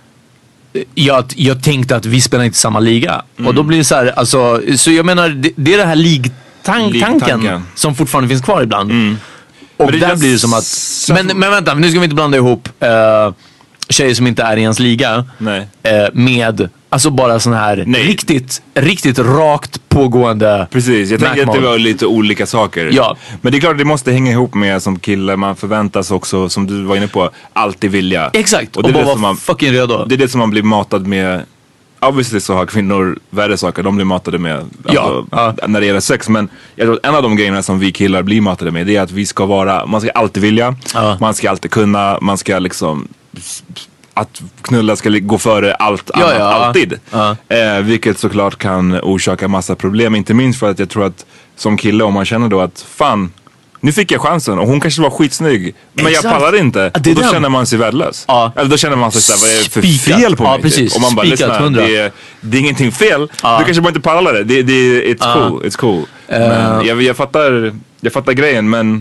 Jag, jag tänkte att vi spelar inte samma liga. Mm. Och då blir det så här, alltså, så jag menar, det, det är det här ligtanken som fortfarande finns kvar ibland. Mm. Och där just... blir det som att, men, men vänta, nu ska vi inte blanda ihop uh, tjejer som inte är i ens liga Nej. Uh, med, alltså bara sån här Nej. riktigt, riktigt rakt pågående. Precis, jag tänker att det var lite olika saker. Ja. Men det är klart, det måste hänga ihop med som kille, man förväntas också, som du var inne på, alltid vilja. Exakt, och, det och är bara det vara fucking redo. Det är det som man blir matad med. Obviously så har kvinnor värre saker, de blir matade med alltså, ja. Ja. när det gäller sex. Men jag tror att en av de grejerna som vi killar blir matade med, det är att vi ska vara, man ska alltid vilja, ja. man ska alltid kunna, man ska liksom, att knulla ska gå före allt ja, annat, ja. alltid. Ja. Eh, vilket såklart kan orsaka massa problem, inte minst för att jag tror att som kille, om man känner då att fan, nu fick jag chansen och hon kanske var skitsnygg, men Exakt. jag pallar inte. Ja, och då den. känner man sig värdelös. Ja. Eller då känner man sig såhär, vad är det för Spikat. fel på Ja, mig? precis. Typ. Och man bara, Spikat, lyssna, hundra. det är, det är ingenting fel. Ja. Du kanske bara inte pallar det. det, det it's Ja. cool, it's cool. Uh. Men jag, jag, fattar, jag fattar grejen, men...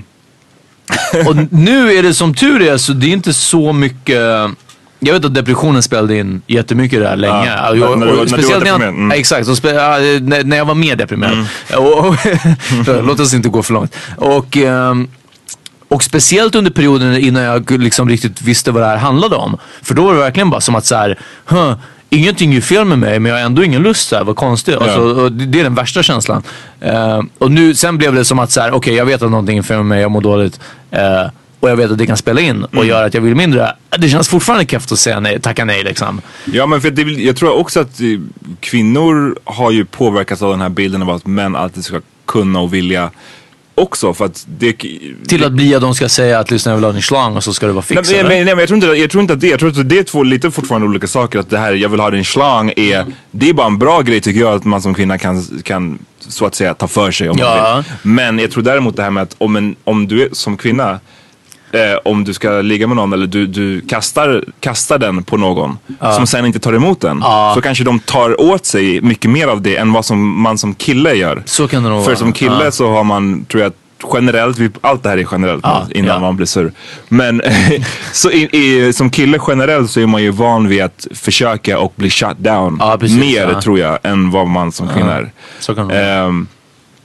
Och nu är det som tur är, så det är inte så mycket... Jag vet att depressionen spelade in jättemycket där länge. Ja, jag, när, du, och, när du var deprimerad. Mm. Exakt, och spe, ja, när, när jag var mer deprimerad. Mm. Och, och, låt oss inte gå för långt. Och, um, och speciellt under perioden innan jag liksom riktigt visste vad det här handlade om. För då var det verkligen bara som att så här, huh, ingenting är fel med mig, men jag har ändå ingen lust, så här, vad konstigt. Ja. Alltså, och det är den värsta känslan. Uh, och nu, sen blev det som att så här, okej, okay, jag vet att någonting är fel med mig, jag mår dåligt. Uh, Och jag vet att det kan spela in och mm. göra att jag vill mindre. Det känns fortfarande kräft att säga nej, tacka nej liksom. Ja, men för det, jag tror också att kvinnor har ju påverkats av den här bilden av att män alltid ska kunna och vilja också. För att det, till att bli att de ska säga att lyssna, jag vill ha en slang och så ska det vara fix. Nej, nej, nej, men jag tror, inte, jag tror inte att det jag tror att det är två lite fortfarande olika saker. Att det här, jag vill ha en slang är, det är bara en bra grej tycker jag, att man som kvinna kan, kan så att säga ta för sig om ja. man vill. Men jag tror däremot det här med att om, en, om du är som kvinna, Eh, om du ska ligga med någon eller du, du kastar, kastar den på någon uh. som sen inte tar emot den, uh. så kanske de tar åt sig mycket mer av det än vad som man som kille gör. Så kan det nog För vara. som kille uh. så har man, tror jag, generellt, vi, allt det här är generellt uh. innan yeah. man blir sur. Men så i, i, som kille generellt så är man ju van vid att försöka och bli shut down uh, precis, mer uh. tror jag än vad man som kvinna är. Uh. Så kan det vara. Um,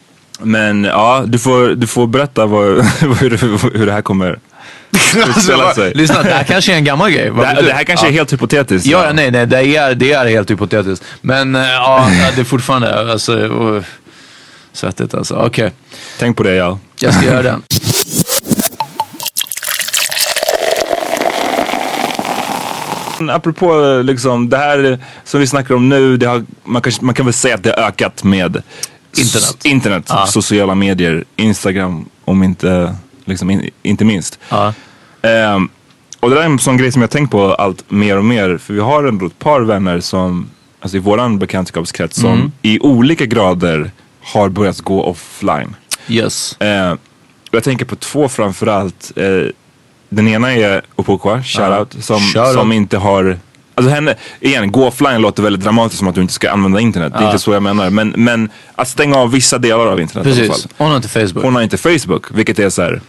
men ja, du får, du får berätta vad, hur, hur det här kommer alltså, lyssna, det här kanske är en gammal grej. Det här, det här kanske ja. är helt hypotetiskt. Ja, ja, nej, nej, det är, det är helt hypotetiskt. Men uh, ja, det är fortfarande alltså, uh, svettigt alltså. Okej. Okay. Tänk på det, ja. Jag ska göra det. Apropå liksom, det här som vi snackar om nu, det har, man, kan, man kan väl säga att det har ökat med internet, s- internet ja. sociala medier, Instagram om inte, liksom, in, inte minst. Ja. Um, och det där är en sån grej som jag tänkt på allt mer och mer. För vi har ändå ett par vänner som, alltså i våran bekantskapskrets, som Mm. i olika grader har börjat gå offline. Yes. Eh, jag tänker på två framförallt. Eh, den ena är Opokwa, shoutout, Ja. som, Shoutout. som inte har... Alltså henne, igen, gå offline låter väldigt dramatiskt, som att du inte ska använda internet. Det är Ja. inte så jag menar. Men, men att stänga av vissa delar av internet i alla Precis. fall. Hon har inte Facebook. Hon har inte Facebook, vilket är så här.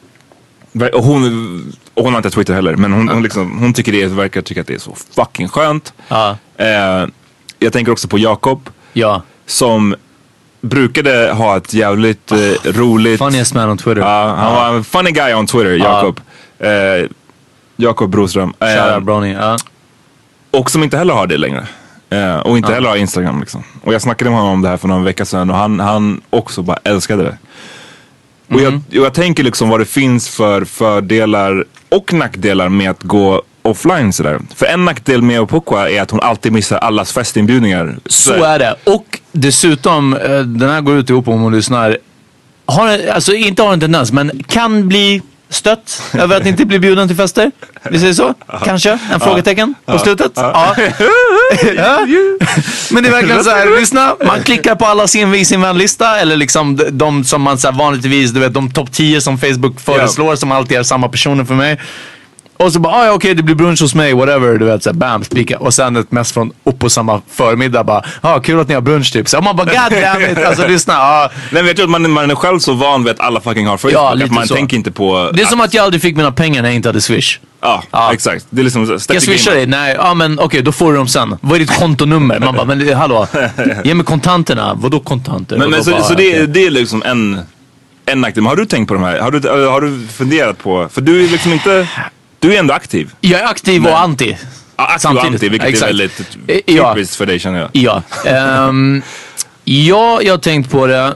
Och hon, och hon har inte Twitter heller. Men hon, hon, liksom, hon tycker det verkar tycka att det är så fucking skönt. Ja. Eh, jag tänker också på Jakob. Ja. Som brukade ha ett jävligt eh, roligt... Funniest man on Twitter. Ja, han var en funny guy on Twitter, Jakob. Eh, Jakob Broström. Eh, Shoutout Brony. Ja. och som inte heller har det längre. Eh, och inte Ja. heller har Instagram liksom. Och jag snackade med honom om det här för någon vecka sedan. Och han, han också bara älskade det. Och Mm. jag, och jag tänker liksom vad det finns för fördelar och nackdelar med att gå offline sådär. För en nackdel med Opokwa är att hon alltid missar allas festinbjudningar. Så är det. Och dessutom, eh, den här går ut ihop om hon lyssnar. Har, alltså inte har en tendens, men kan bli stött över att inte bli bjuden till fester. Vi säger så? Kanske? En frågetecken på slutet? Ja. Ja. Men det är verkligen så här, lyssna, man klickar på alla sin i sin vänlista, eller liksom de, de som man så här vanligtvis, du vet, de topp tio som Facebook föreslår, som alltid är samma personer för mig. Och så bara, ah, ja okej, det blir brunch hos mig, whatever, du vet, så här, bam, spika. Och sen ett mest från upp på samma förmiddag, bara, ja ah, kul att ni har brunch typ. Så man bara, god damn it, alltså lyssna. Ah. Nej, men jag tror att man, man är själv så van vid att alla fucking har Facebook. Ja, att lite man så. tänker inte på... Det är som att jag aldrig fick mina pengar när jag inte hade Swish. Ja, Ja. exakt. Det är liksom... Ska jag swisha dig? Nej, ja men okej, okay, då får du dem sen. Vad är ditt kontonummer? Man bara, men hallå, ge mig kontanterna. Vadå kontanter? Men, men Vadå, så, bara, så det, okej. det är liksom en, en nackdel. Men har du tänkt på de här? Har du, har du funderat på... För du är liksom inte... Du är ändå aktiv. Jag är aktiv Men- och anti. Ja, aktiv och Samtidigt. anti, vilket Exakt. är väldigt Eh, ja. typiskt för dig, känner jag. Ja. Um, ja, jag har tänkt på det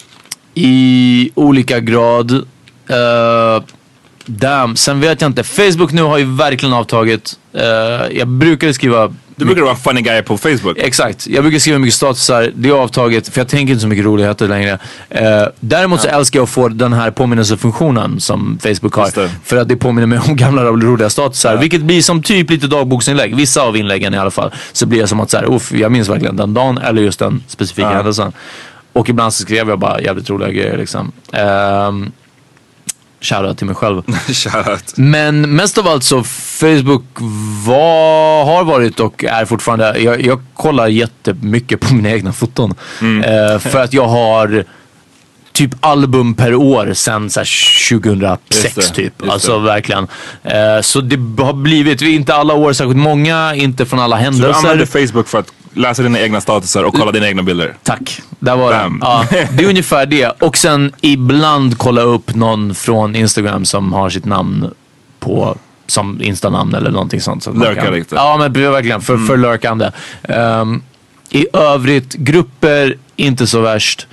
i olika grad. Uh, damn. Sen vet jag inte. Facebook nu har ju verkligen avtagit. Uh, jag brukade skriva... Du brukar vara en funny guy på Facebook. Exakt. Jag brukar skriva mycket statusar. Det är avtaget för jag tänker inte så mycket roligheter längre. Uh, däremot så älskar jag att få den här påminnelsefunktionen som Facebook har. Just det. För att det påminner mig om gamla roliga statusar. Vilket blir som typ lite dagboksinlägg. Vissa av inläggen i alla fall. Så blir det som att så här, uff, jag minns verkligen den dagen eller just den specifika Ja. händelsen. Och ibland så skrev jag bara jävligt roliga grejer liksom. Um, Shoutout till mig själv. Shoutout. Men mest av allt så Facebook var, har varit och är fortfarande, jag, jag kollar jättemycket på mina egna foton. Mm. Eh, för att jag har typ album per år sen så här tjugohundrasex Just det, typ. just Alltså det. verkligen. Eh, så det har blivit, inte alla år särskilt många, inte från alla Så du händelser. använder Facebook för att läsa dina egna statusar och kolla dina egna bilder? Tack, där var Bam. det. Ja, det är ungefär det. Och sen ibland kolla upp någon från Instagram som har sitt namn på som Insta-namn eller någonting sånt. Så att man Lurka kan- lite. Ja, men verkligen. För, för lurkande. Um, I övrigt, grupper, inte så värst.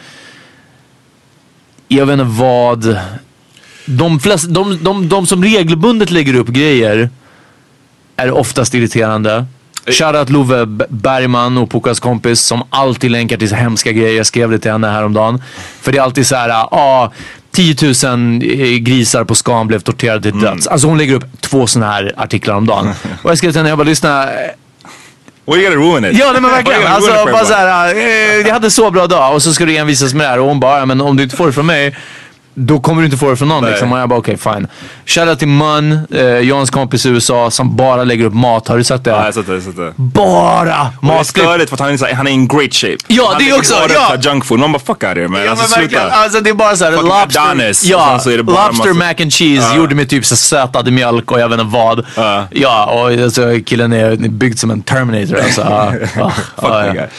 Jag vet inte vad... De, flesta, de, de, de som regelbundet lägger upp grejer är oftast irriterande. Shoutout Love B- Bergman och Pukas kompis som alltid länkar till så hemska grejer. Jag skrev det till henne häromdagen. För det är alltid så här, ja, ah, tio tusen grisar på Skan blev torterade till döds. Alltså hon lägger upp två såna här artiklar om dagen. Och jag skrev till henne, jag bara lyssna. Well, you gotta ruin it. Ja, nej, men verkligen. Well, you Alltså, gotta ruin it bara for så här, eh, jag hade en så bra dag och så ska du envisas med det här. Och hon bara, ja, men om du inte får det från mig, då kommer du inte få det från någon. Nej. Liksom. Och jag bara, okej, okay, fine. Shoutout till Mun, eh, Jans kompis i U S A, som bara lägger upp mat. Har du sett det? Ja, jag har sett det, jag har sett det. Bara Och det är matklipp. störigt för att han är, så här- han är in great shape. Ja, han det är lägger också, bara ja. upp junk food. Man bara fuck out of here, man. Ja, Alltså men verkligen. sluta. Alltså det är bara såhär, Fucking lobster, Adonis. Och ja, sen så är det bara lobster massa- mac and cheese Ja. gjorde med typ så sötade mjölk och jag vet inte vad. Ja. Ja, och alltså, killen är byggd som en Terminator. Alltså, ja, ja, Fuck ja, that ja. guy.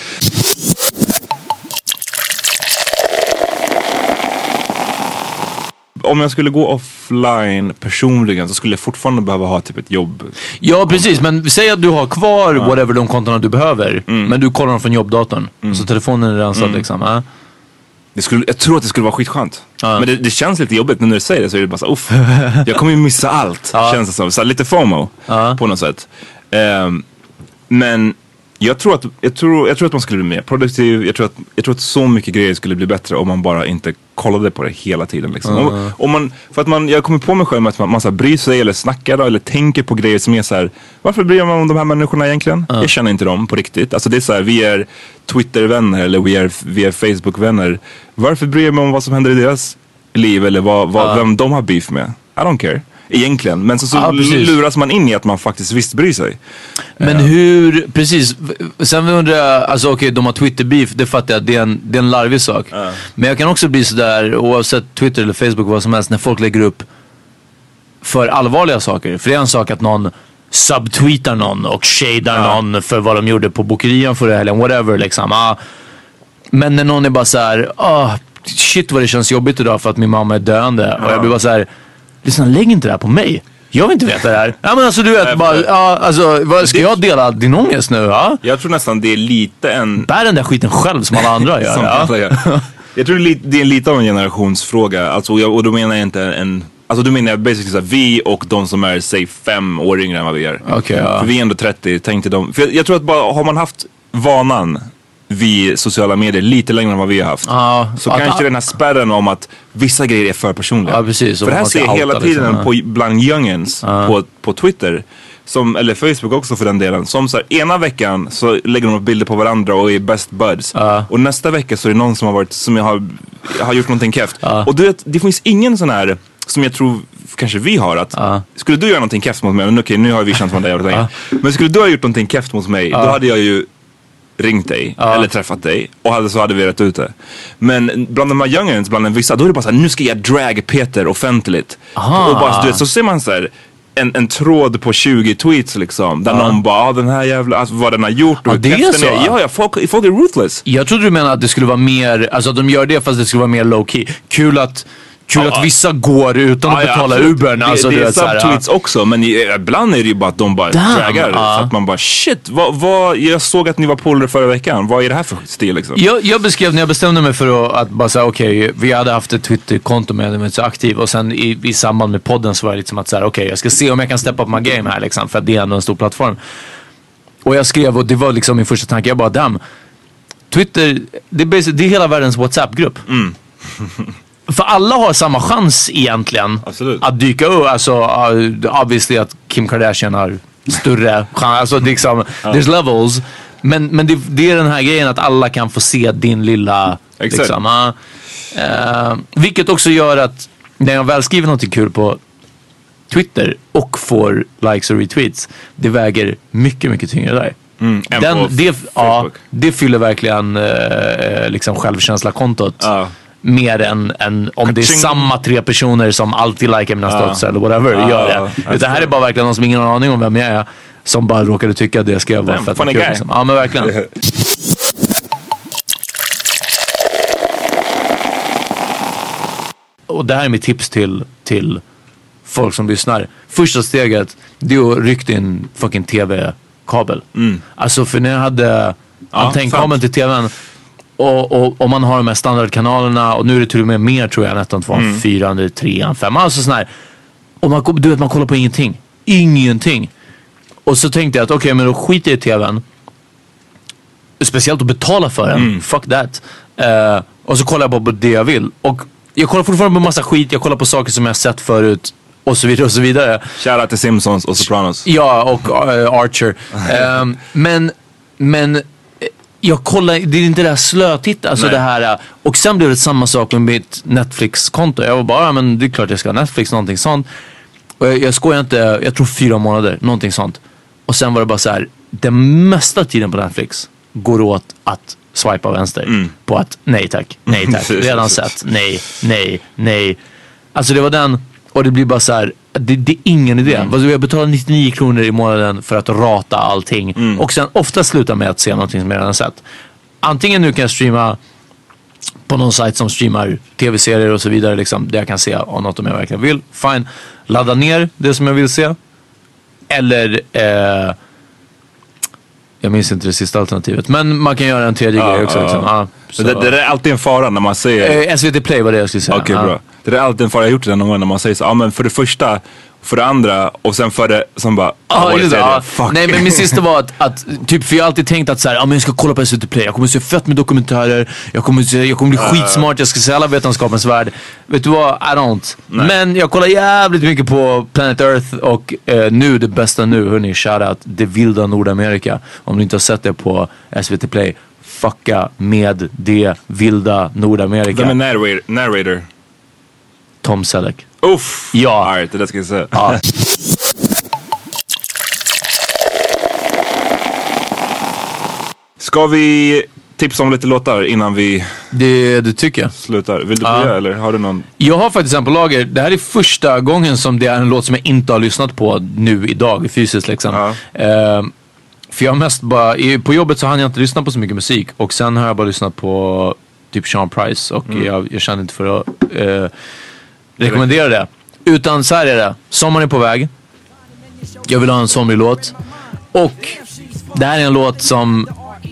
Om jag skulle gå offline personligen så skulle jag fortfarande behöva ha typ ett jobb. Ja, precis. Men säg att du har kvar whatever de kontona du behöver. Men du kollar dem från jobbdatorn. Så telefonen är rensad liksom. Ja. Det skulle, jag tror att det skulle vara skitskönt. Ja. Men det, det känns lite jobbigt nu när du säger det, så är det bara så uff. Jag kommer ju missa allt, Ja. känns det som. Så här, lite FOMO Ja. på något sätt. Ehm, men jag tror, att, jag, tror, jag tror att man skulle bli mer produktiv. Jag tror, att, jag tror att så mycket grejer skulle bli bättre om man bara inte kollade på det hela tiden liksom. Mm. Och, och man, för att man, jag kommer på mig själv med att man, man så här, bryr sig eller snackar då, eller tänker på grejer som är så här: varför bryr man om de här människorna egentligen? Mm. Jag känner inte dem på riktigt. Alltså det är så här, vi är Twitter-vänner eller vi är, vi är Facebook-vänner. Varför bryr jag mig om vad som händer i deras liv eller vad, vad, mm. vem de har beef med? I don't care. Egentligen. Men så, så ja, luras man in i att man faktiskt visst bryr sig. Men uh. hur, precis. Sen undrar jag, alltså okej, okay, de har Twitter-beef, det fattar jag, det är en, det är en larvig sak. Uh. Men jag kan också bli sådär, oavsett Twitter eller Facebook, vad som helst, när folk lägger upp för allvarliga saker. För det är en sak att någon subtweetar någon och shadar uh. någon för vad de gjorde på bokerian förra helgen, whatever liksom. Uh. Men när någon är bara såhär, oh, shit vad det känns jobbigt idag för att min mamma är döende. Uh. Och jag blir bara såhär, lyssna, lägg inte det här på mig. Jag vill inte veta det här. Ja men alltså du vet, Nej, bara, ja, alltså, vad, ska det, jag dela din ångest nu? Ja? Jag tror nästan det är lite en... Bär den där skiten själv som alla andra gör. som ja. alla gör. Jag tror det är, det är lite av en generationsfråga. Alltså, och, jag, och då menar jag inte en... Alltså då menar jag basically såhär, vi och de som är, säg fem år yngre än vad vi är. Okay, ja. För vi är ändå trettio, tänkte de... För jag, jag tror att bara, har man haft vanan vid sociala medier lite längre än vad vi har haft. Ah, så kanske ah, den här spärren om att vissa grejer är för personliga. Ah, precis, för det här ser jag hela tiden liksom, på, bland youngens ah. på, på Twitter. Som, eller Facebook också för den delen. Som så här, ena veckan så lägger de upp bilder på varandra och är best buds. Ah. Och nästa vecka så är det någon som har varit, som jag har, har gjort någonting keft. Ah. Och du vet, det finns ingen sån här, som jag tror kanske vi har att ah. skulle du göra någonting keft mot mig, men okej, nu har vi känt från dig ah. men skulle du ha gjort någonting keft mot mig, ah. då hade jag ju ringt dig ja. eller träffat dig och hade, så hade vi rätt ute. Men bland de här youngins, bland en vissa, då är det bara så här, nu ska jag drag Peter offentligt. Aha. Och bara, du vet, så ser man så här en, en tråd på tjugo tweets liksom, där ja. någon bara, ah, den här jävla, alltså, vad den har gjort och ja, det är så. Är. Ja, ja, folk, folk är ruthless. Jag trodde du menade att det skulle vara mer, alltså att de gör det fast det skulle vara mer low key. Kul att Kul ja, att vissa går utan att ja, betala ja, Ubern. Alltså, det, det är subtweets ja. också, men ibland är det ju bara att de bara Damn, draggar. Ja. Så att man bara, shit, vad, vad, jag såg att ni var polare förra veckan. Vad är det här för stil liksom? Jag, jag beskrev, när jag bestämde mig för att, att bara säga, okej, okay, vi hade haft ett Twitter-konto med mig så aktiv. Och sen i, i samband med podden så var det liksom att säga, okej, okay, jag ska se om jag kan steppa på my game här liksom. För att det är ändå en stor plattform. Och jag skrev, och det var liksom min första tanke, jag bara, damn, Twitter, det är, basic, det är hela världens WhatsApp-grupp. Mm. För alla har samma chans egentligen. Absolut. Att dyka upp. Alltså, uh, obviously att Kim Kardashian har större chans. Alltså, liksom, ja. There's levels. Men, men det, det är den här grejen att alla kan få se din lilla... Liksom, uh, uh, vilket också gör att när jag väl skriver något kul på Twitter och får likes och retweets, det väger mycket, mycket tyngre där. Mm, den, det, ja, det fyller verkligen uh, liksom självkänsla-kontot. Ja. Mer än, än om det är samma tre personer som alltid likar mina stats eller whatever uh, gör det. Det här är bara verkligen någon som ingen har aning om vem jag är, som bara råkade tycka att det ska vara fett kul liksom. Ja men verkligen. Och det här är mitt tips till, till folk som lyssnar. Första steget, det är att rycka in fucking tv-kabel. Mm. Alltså för när jag hade ja, antennkabeln till tvn och, och, och man har de här standardkanalerna, och nu är det till och med mer tror jag, ett, två, mm. fyra, tre, fem, alltså sån här. Och man, du vet, man kollar på ingenting. Ingenting. Och så tänkte jag att okej, okay, men då skiter jag i tvn. Speciellt att betala för den. Mm. Fuck that. Uh, och så kollar jag på det jag vill. Och jag kollar fortfarande på massa skit. Jag kollar på saker som jag sett förut. Och så vidare och så vidare. Shoutout till Simpsons och Sopranos. Ja, och uh, Archer. um, men, men jag kollar, det är inte det här slötitt. Alltså det här. Och sen blev det samma sak med mitt Netflix-konto. Jag var bara, ja, men det är klart jag ska ha Netflix, någonting sånt. Och jag, jag skojar inte, jag tror fyra månader, någonting sånt. Och sen var det bara så här, den mesta tiden på Netflix går åt att swipa vänster. Mm. På att, nej tack, nej tack, redan sett, nej, nej, nej. Alltså det var den, och det blir bara så här, det, det är ingen idé. Mm. Alltså jag betalar nittionio kronor i månaden för att rata allting. Mm. Och sen ofta sluta med att se någonting som jag redan sett. Antingen nu kan jag streama på någon sajt som streamar tv-serier och så vidare, liksom, där jag kan se om något om jag verkligen vill. Fine. Ladda ner det som jag vill se. Eller eh, jag minns inte det sista alternativet, men man kan göra en tredje uh, grej också. Uh, liksom. uh, det, det är alltid en fara när man ser eh, S V T Play var det jag skulle säga. Okej, okay, bra. Det är alltid en fara jag gjort det någon gång när man säger så, ja men för det första, för det andra och sen för det som bara ah, det det, fuck. Nej men min sista var att, att typ för jag har alltid tänkt att så här, ja men jag ska kolla på S V T Play, jag kommer se fett med dokumentärer, jag kommer se, jag kommer bli uh. skitsmart, jag ska se alla vetenskapens värld. Vet du vad, I don't. Nej. Men jag kollar jävligt mycket på Planet Earth och eh, nu det bästa nu, hörni, shoutout Det vilda Nordamerika. Om ni inte har sett det på S V T Play, fucka med Det vilda Nordamerika. Vem är narrator? narrator? Tom Selleck. Uff! Ja. All right, det där ska jag säga. Ja. Ska vi tipsa om lite låtar innan vi det, det tycker jag. slutar? Vill du börja ja. eller har du någon? Jag har faktiskt en på lager. Det här är första gången som det är en låt som jag inte har lyssnat på nu idag fysiskt liksom. Ja. Uh, för jag har mest bara, på jobbet så hann jag inte lyssna på så mycket musik. Och sen har jag bara lyssnat på typ Sean Price. Och mm. jag, jag kände inte för att uh, rekommendera det. Utan så här är det. Sommaren är på väg. Jag vill ha en somrig låt. Och det här är en låt som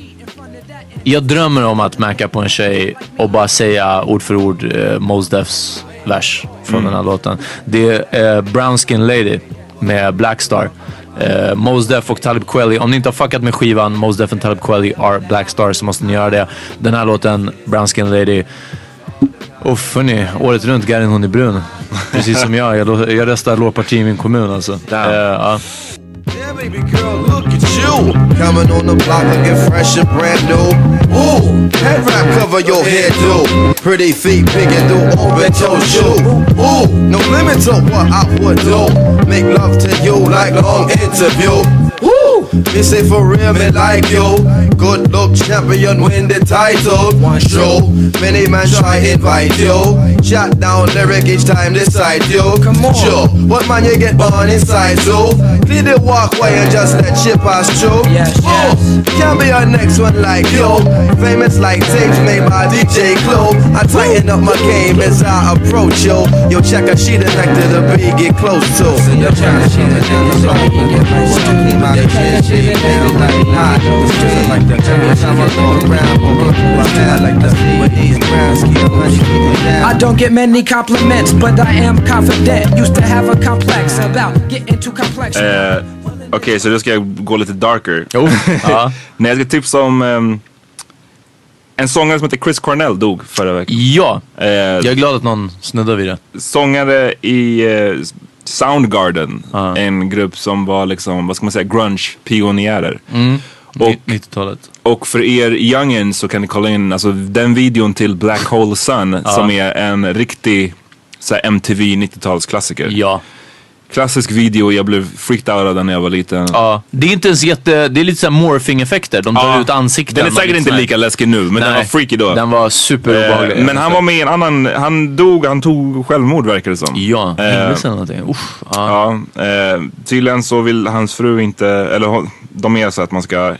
jag drömmer om att mäka på en tjej och bara säga ord för ord uh, Mos Defs vers från mm. den här låten. Det är uh, Brown Skin Lady med Blackstar. Uh, Mos Def och Talib Kweli. Om ni inte har fuckat med skivan Mos Def och Talib Kweli are Blackstar så måste ni göra det. Den här låten, Brown Skin Lady. Uff, hörni, året runt Garin hon är brun. Precis som jag. Jag, jag restar låtparti i min kommun alltså. Uh, uh. Yeah, baby girl, look at you. Coming on the block looking fresh and brand new. Ooh, head wrap cover your head do. Pretty feet picking through open toe shoe. Ooh, no limit to what I would do. Make love to you like long interview. Woo! Me say for real, me like you. Good look champion, win the title. One show, many man try invite you. Shot down lyric each time they cite you. Come on, sure. What man you get born inside so? Clear the walkway and just let shit pass through. Yes, yes. Oh, can't be our next one like you. Famous like tapes made by D J Clue. I tighten up my game as I approach you. Yo, check a sheet and like to the beat get close to. Yo, check a sheet and down the block and get close to. My shit, shit, down like hot. It's like the every time I go around, I like the with these grounds keep money keep me down. I don't get many compliments, but I am confident. Used to have a complex about getting too complex. Uh, Okej, okay, så då ska jag gå lite darker. Oh. uh. Nej, jag ska tipsa om um, en sångare som heter Chris Cornell dog förra veckan. Ja, uh, jag är glad att någon snuddar vid det. Sångare i uh, Soundgarden, uh. en grupp som var liksom, vad ska man säga, grunge-pionjärer. Mm. Och, nittiotalet. Och för er youngen så kan ni kolla in alltså, den videon till Black Hole Sun uh. som är en riktig så här, M T V nittiotalsklassiker. Ja. Klassisk video, jag blev freaked out av den när jag var liten. Ja, det är inte ens jätte, det är lite såhär morphing-effekter. De drar ja. ut ansikten. Den är säkert inte lika läskig nu, men nej, den var freaky då. Den var superobehaglig. Eh, men han var med i en annan, han dog, han tog självmord verkar det som. Ja, händelsen eh, någonting. Uff, ja, ja eh, tydligen så vill hans fru inte, eller de är så att man ska,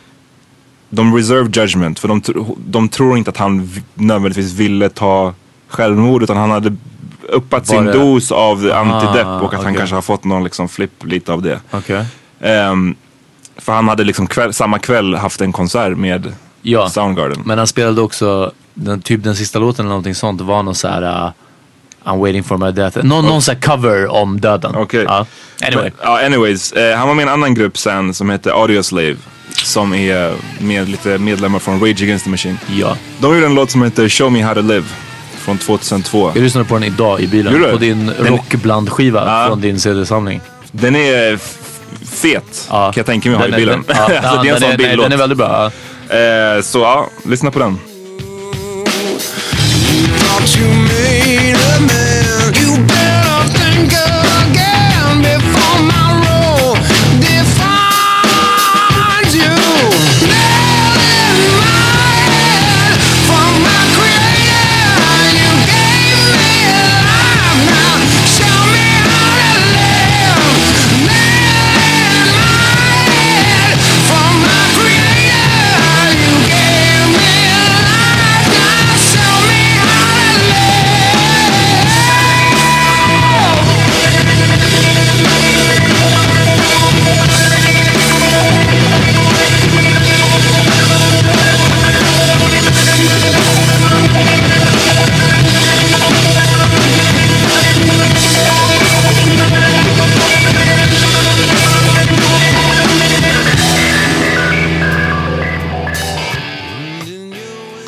de reserve judgment, för de, de tror inte att han nödvändigtvis ville ta självmord, utan han hade uppat sin det? dos av antidepp och att okay. han kanske har fått någon liksom flipp lite av det. Okay. Um, för han hade liksom kväll, samma kväll haft en konsert med ja, Soundgarden. Men han spelade också den, typ den sista låten eller någonting sånt. Det var någon så här uh, I'm waiting for my death. Någon, oh. någon så här cover om döden. Okay. Uh, anyway. But, uh, anyways, uh, han var med i en annan grupp sen som heter Audioslave. Som är med lite medlemmar från Rage Against the Machine. Ja. De gjorde en låt som heter Show Me How to Live. Från tjugohundratvå. Jag lyssnade på den idag i bilen. På din rockblandskiva ja. från din C D-samling. Den är f- fet. Ja. Kan jag tänka mig ha i bilen. Den, ja. alltså, ja, det är en sån bildlåt. Den är väldigt bra. Ja. Eh, så ja, lyssna på den.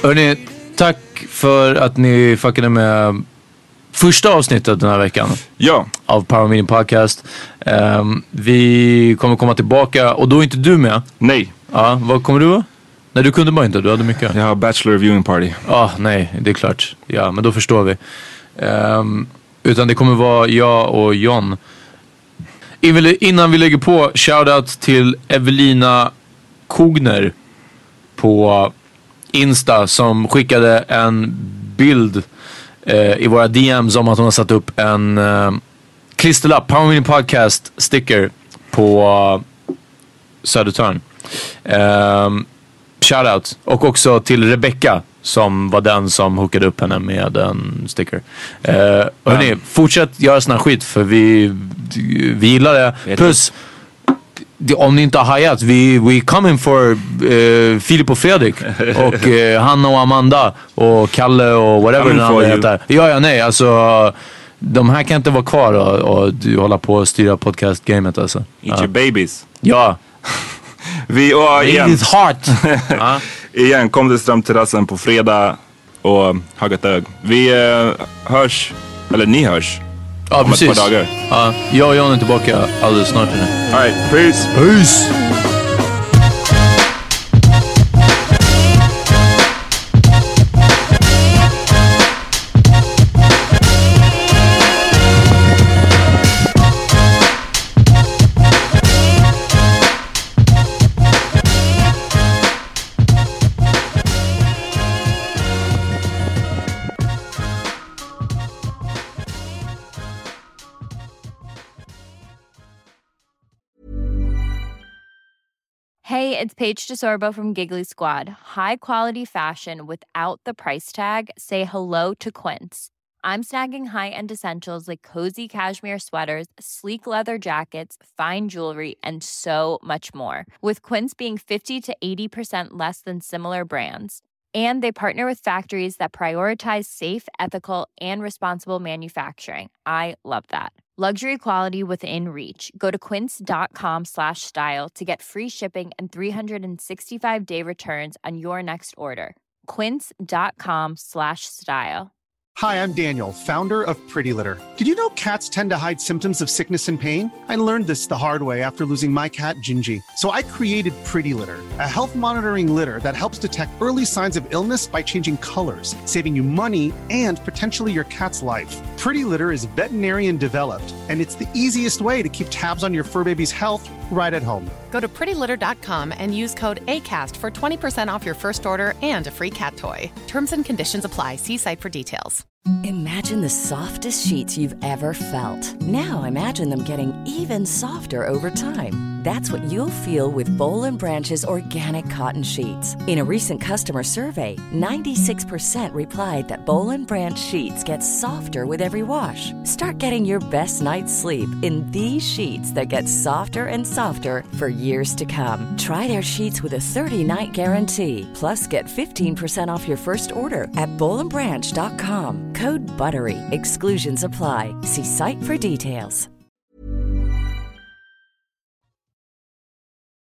Hörrni, tack för att ni fuckade med första avsnittet den här veckan. Ja. Av Power Meeting Podcast. Um, vi kommer komma tillbaka och då är inte du med. Nej. Ja, vad kommer du vara? Nej, du kunde bara inte, du hade mycket. Jag har bachelor viewing party. Ja, ah, nej, det är klart. Ja, men då förstår vi. Um, utan det kommer vara jag och John. Innan vi lägger på, shoutout till Evelina Kogner på Insta som skickade en bild eh, i våra D Ms om att hon har satt upp en eh, klisterlapp, Power Meeting Podcast sticker på uh, Södertörn. Eh, shoutout. Och också till Rebecca som var den som hookade upp henne med en sticker. Eh, hörni, mm. fortsätt göra sån här skit för vi, vi gillar det. Plus, om ni inte har hajat, vi we coming for uh, Filip och Fredrik och uh, Hanna och Amanda och Kalle och whatever den andra heter. Ja, ja, nej, alltså de här kan inte vara kvar och, och, och hålla på och styra podcast-gamet alltså. Eat ja. your babies. Ja. Vi och igen. It is heart. uh. Igen, kom till Strömterrassen på fredag och hugga ett ög. Vi uh, hörs, eller ni hörs. Ja, om precis. ett par dagar. Ja, jag och John är tillbaka alldeles snart. All right, peace. Peace. Hey, it's Paige DeSorbo from Giggly Squad. High quality fashion without the price tag. Say hello to Quince. I'm snagging high-end essentials like cozy cashmere sweaters, sleek leather jackets, fine jewelry, and so much more. With Quince being fifty to eighty percent less than similar brands. And they partner with factories that prioritize safe, ethical, and responsible manufacturing. I love that. Luxury quality within reach. Go to quince.com slash style to get free shipping and three sixty-five day returns on your next order. Quince.com slash style. Hi, I'm Daniel, founder of Pretty Litter. Did you know cats tend to hide symptoms of sickness and pain? I learned this the hard way after losing my cat, Gingy. So I created Pretty Litter, a health monitoring litter that helps detect early signs of illness by changing colors, saving you money and potentially your cat's life. Pretty Litter is veterinarian developed, and it's the easiest way to keep tabs on your fur baby's health right at home. Go to pretty litter dot com and use code ACAST for twenty percent off your first order and a free cat toy. Terms and conditions apply. See site for details. Imagine the softest sheets you've ever felt. Now imagine them getting even softer over time. That's what you'll feel with Boll and Branch's organic cotton sheets. In a recent customer survey, ninety-six percent replied that Boll and Branch sheets get softer with every wash. Start getting your best night's sleep in these sheets that get softer and softer for years to come. Try their sheets with a thirty-night guarantee. Plus, get fifteen percent off your first order at boll and branch dot com. Code BUTTERY. Exclusions apply. See site for details.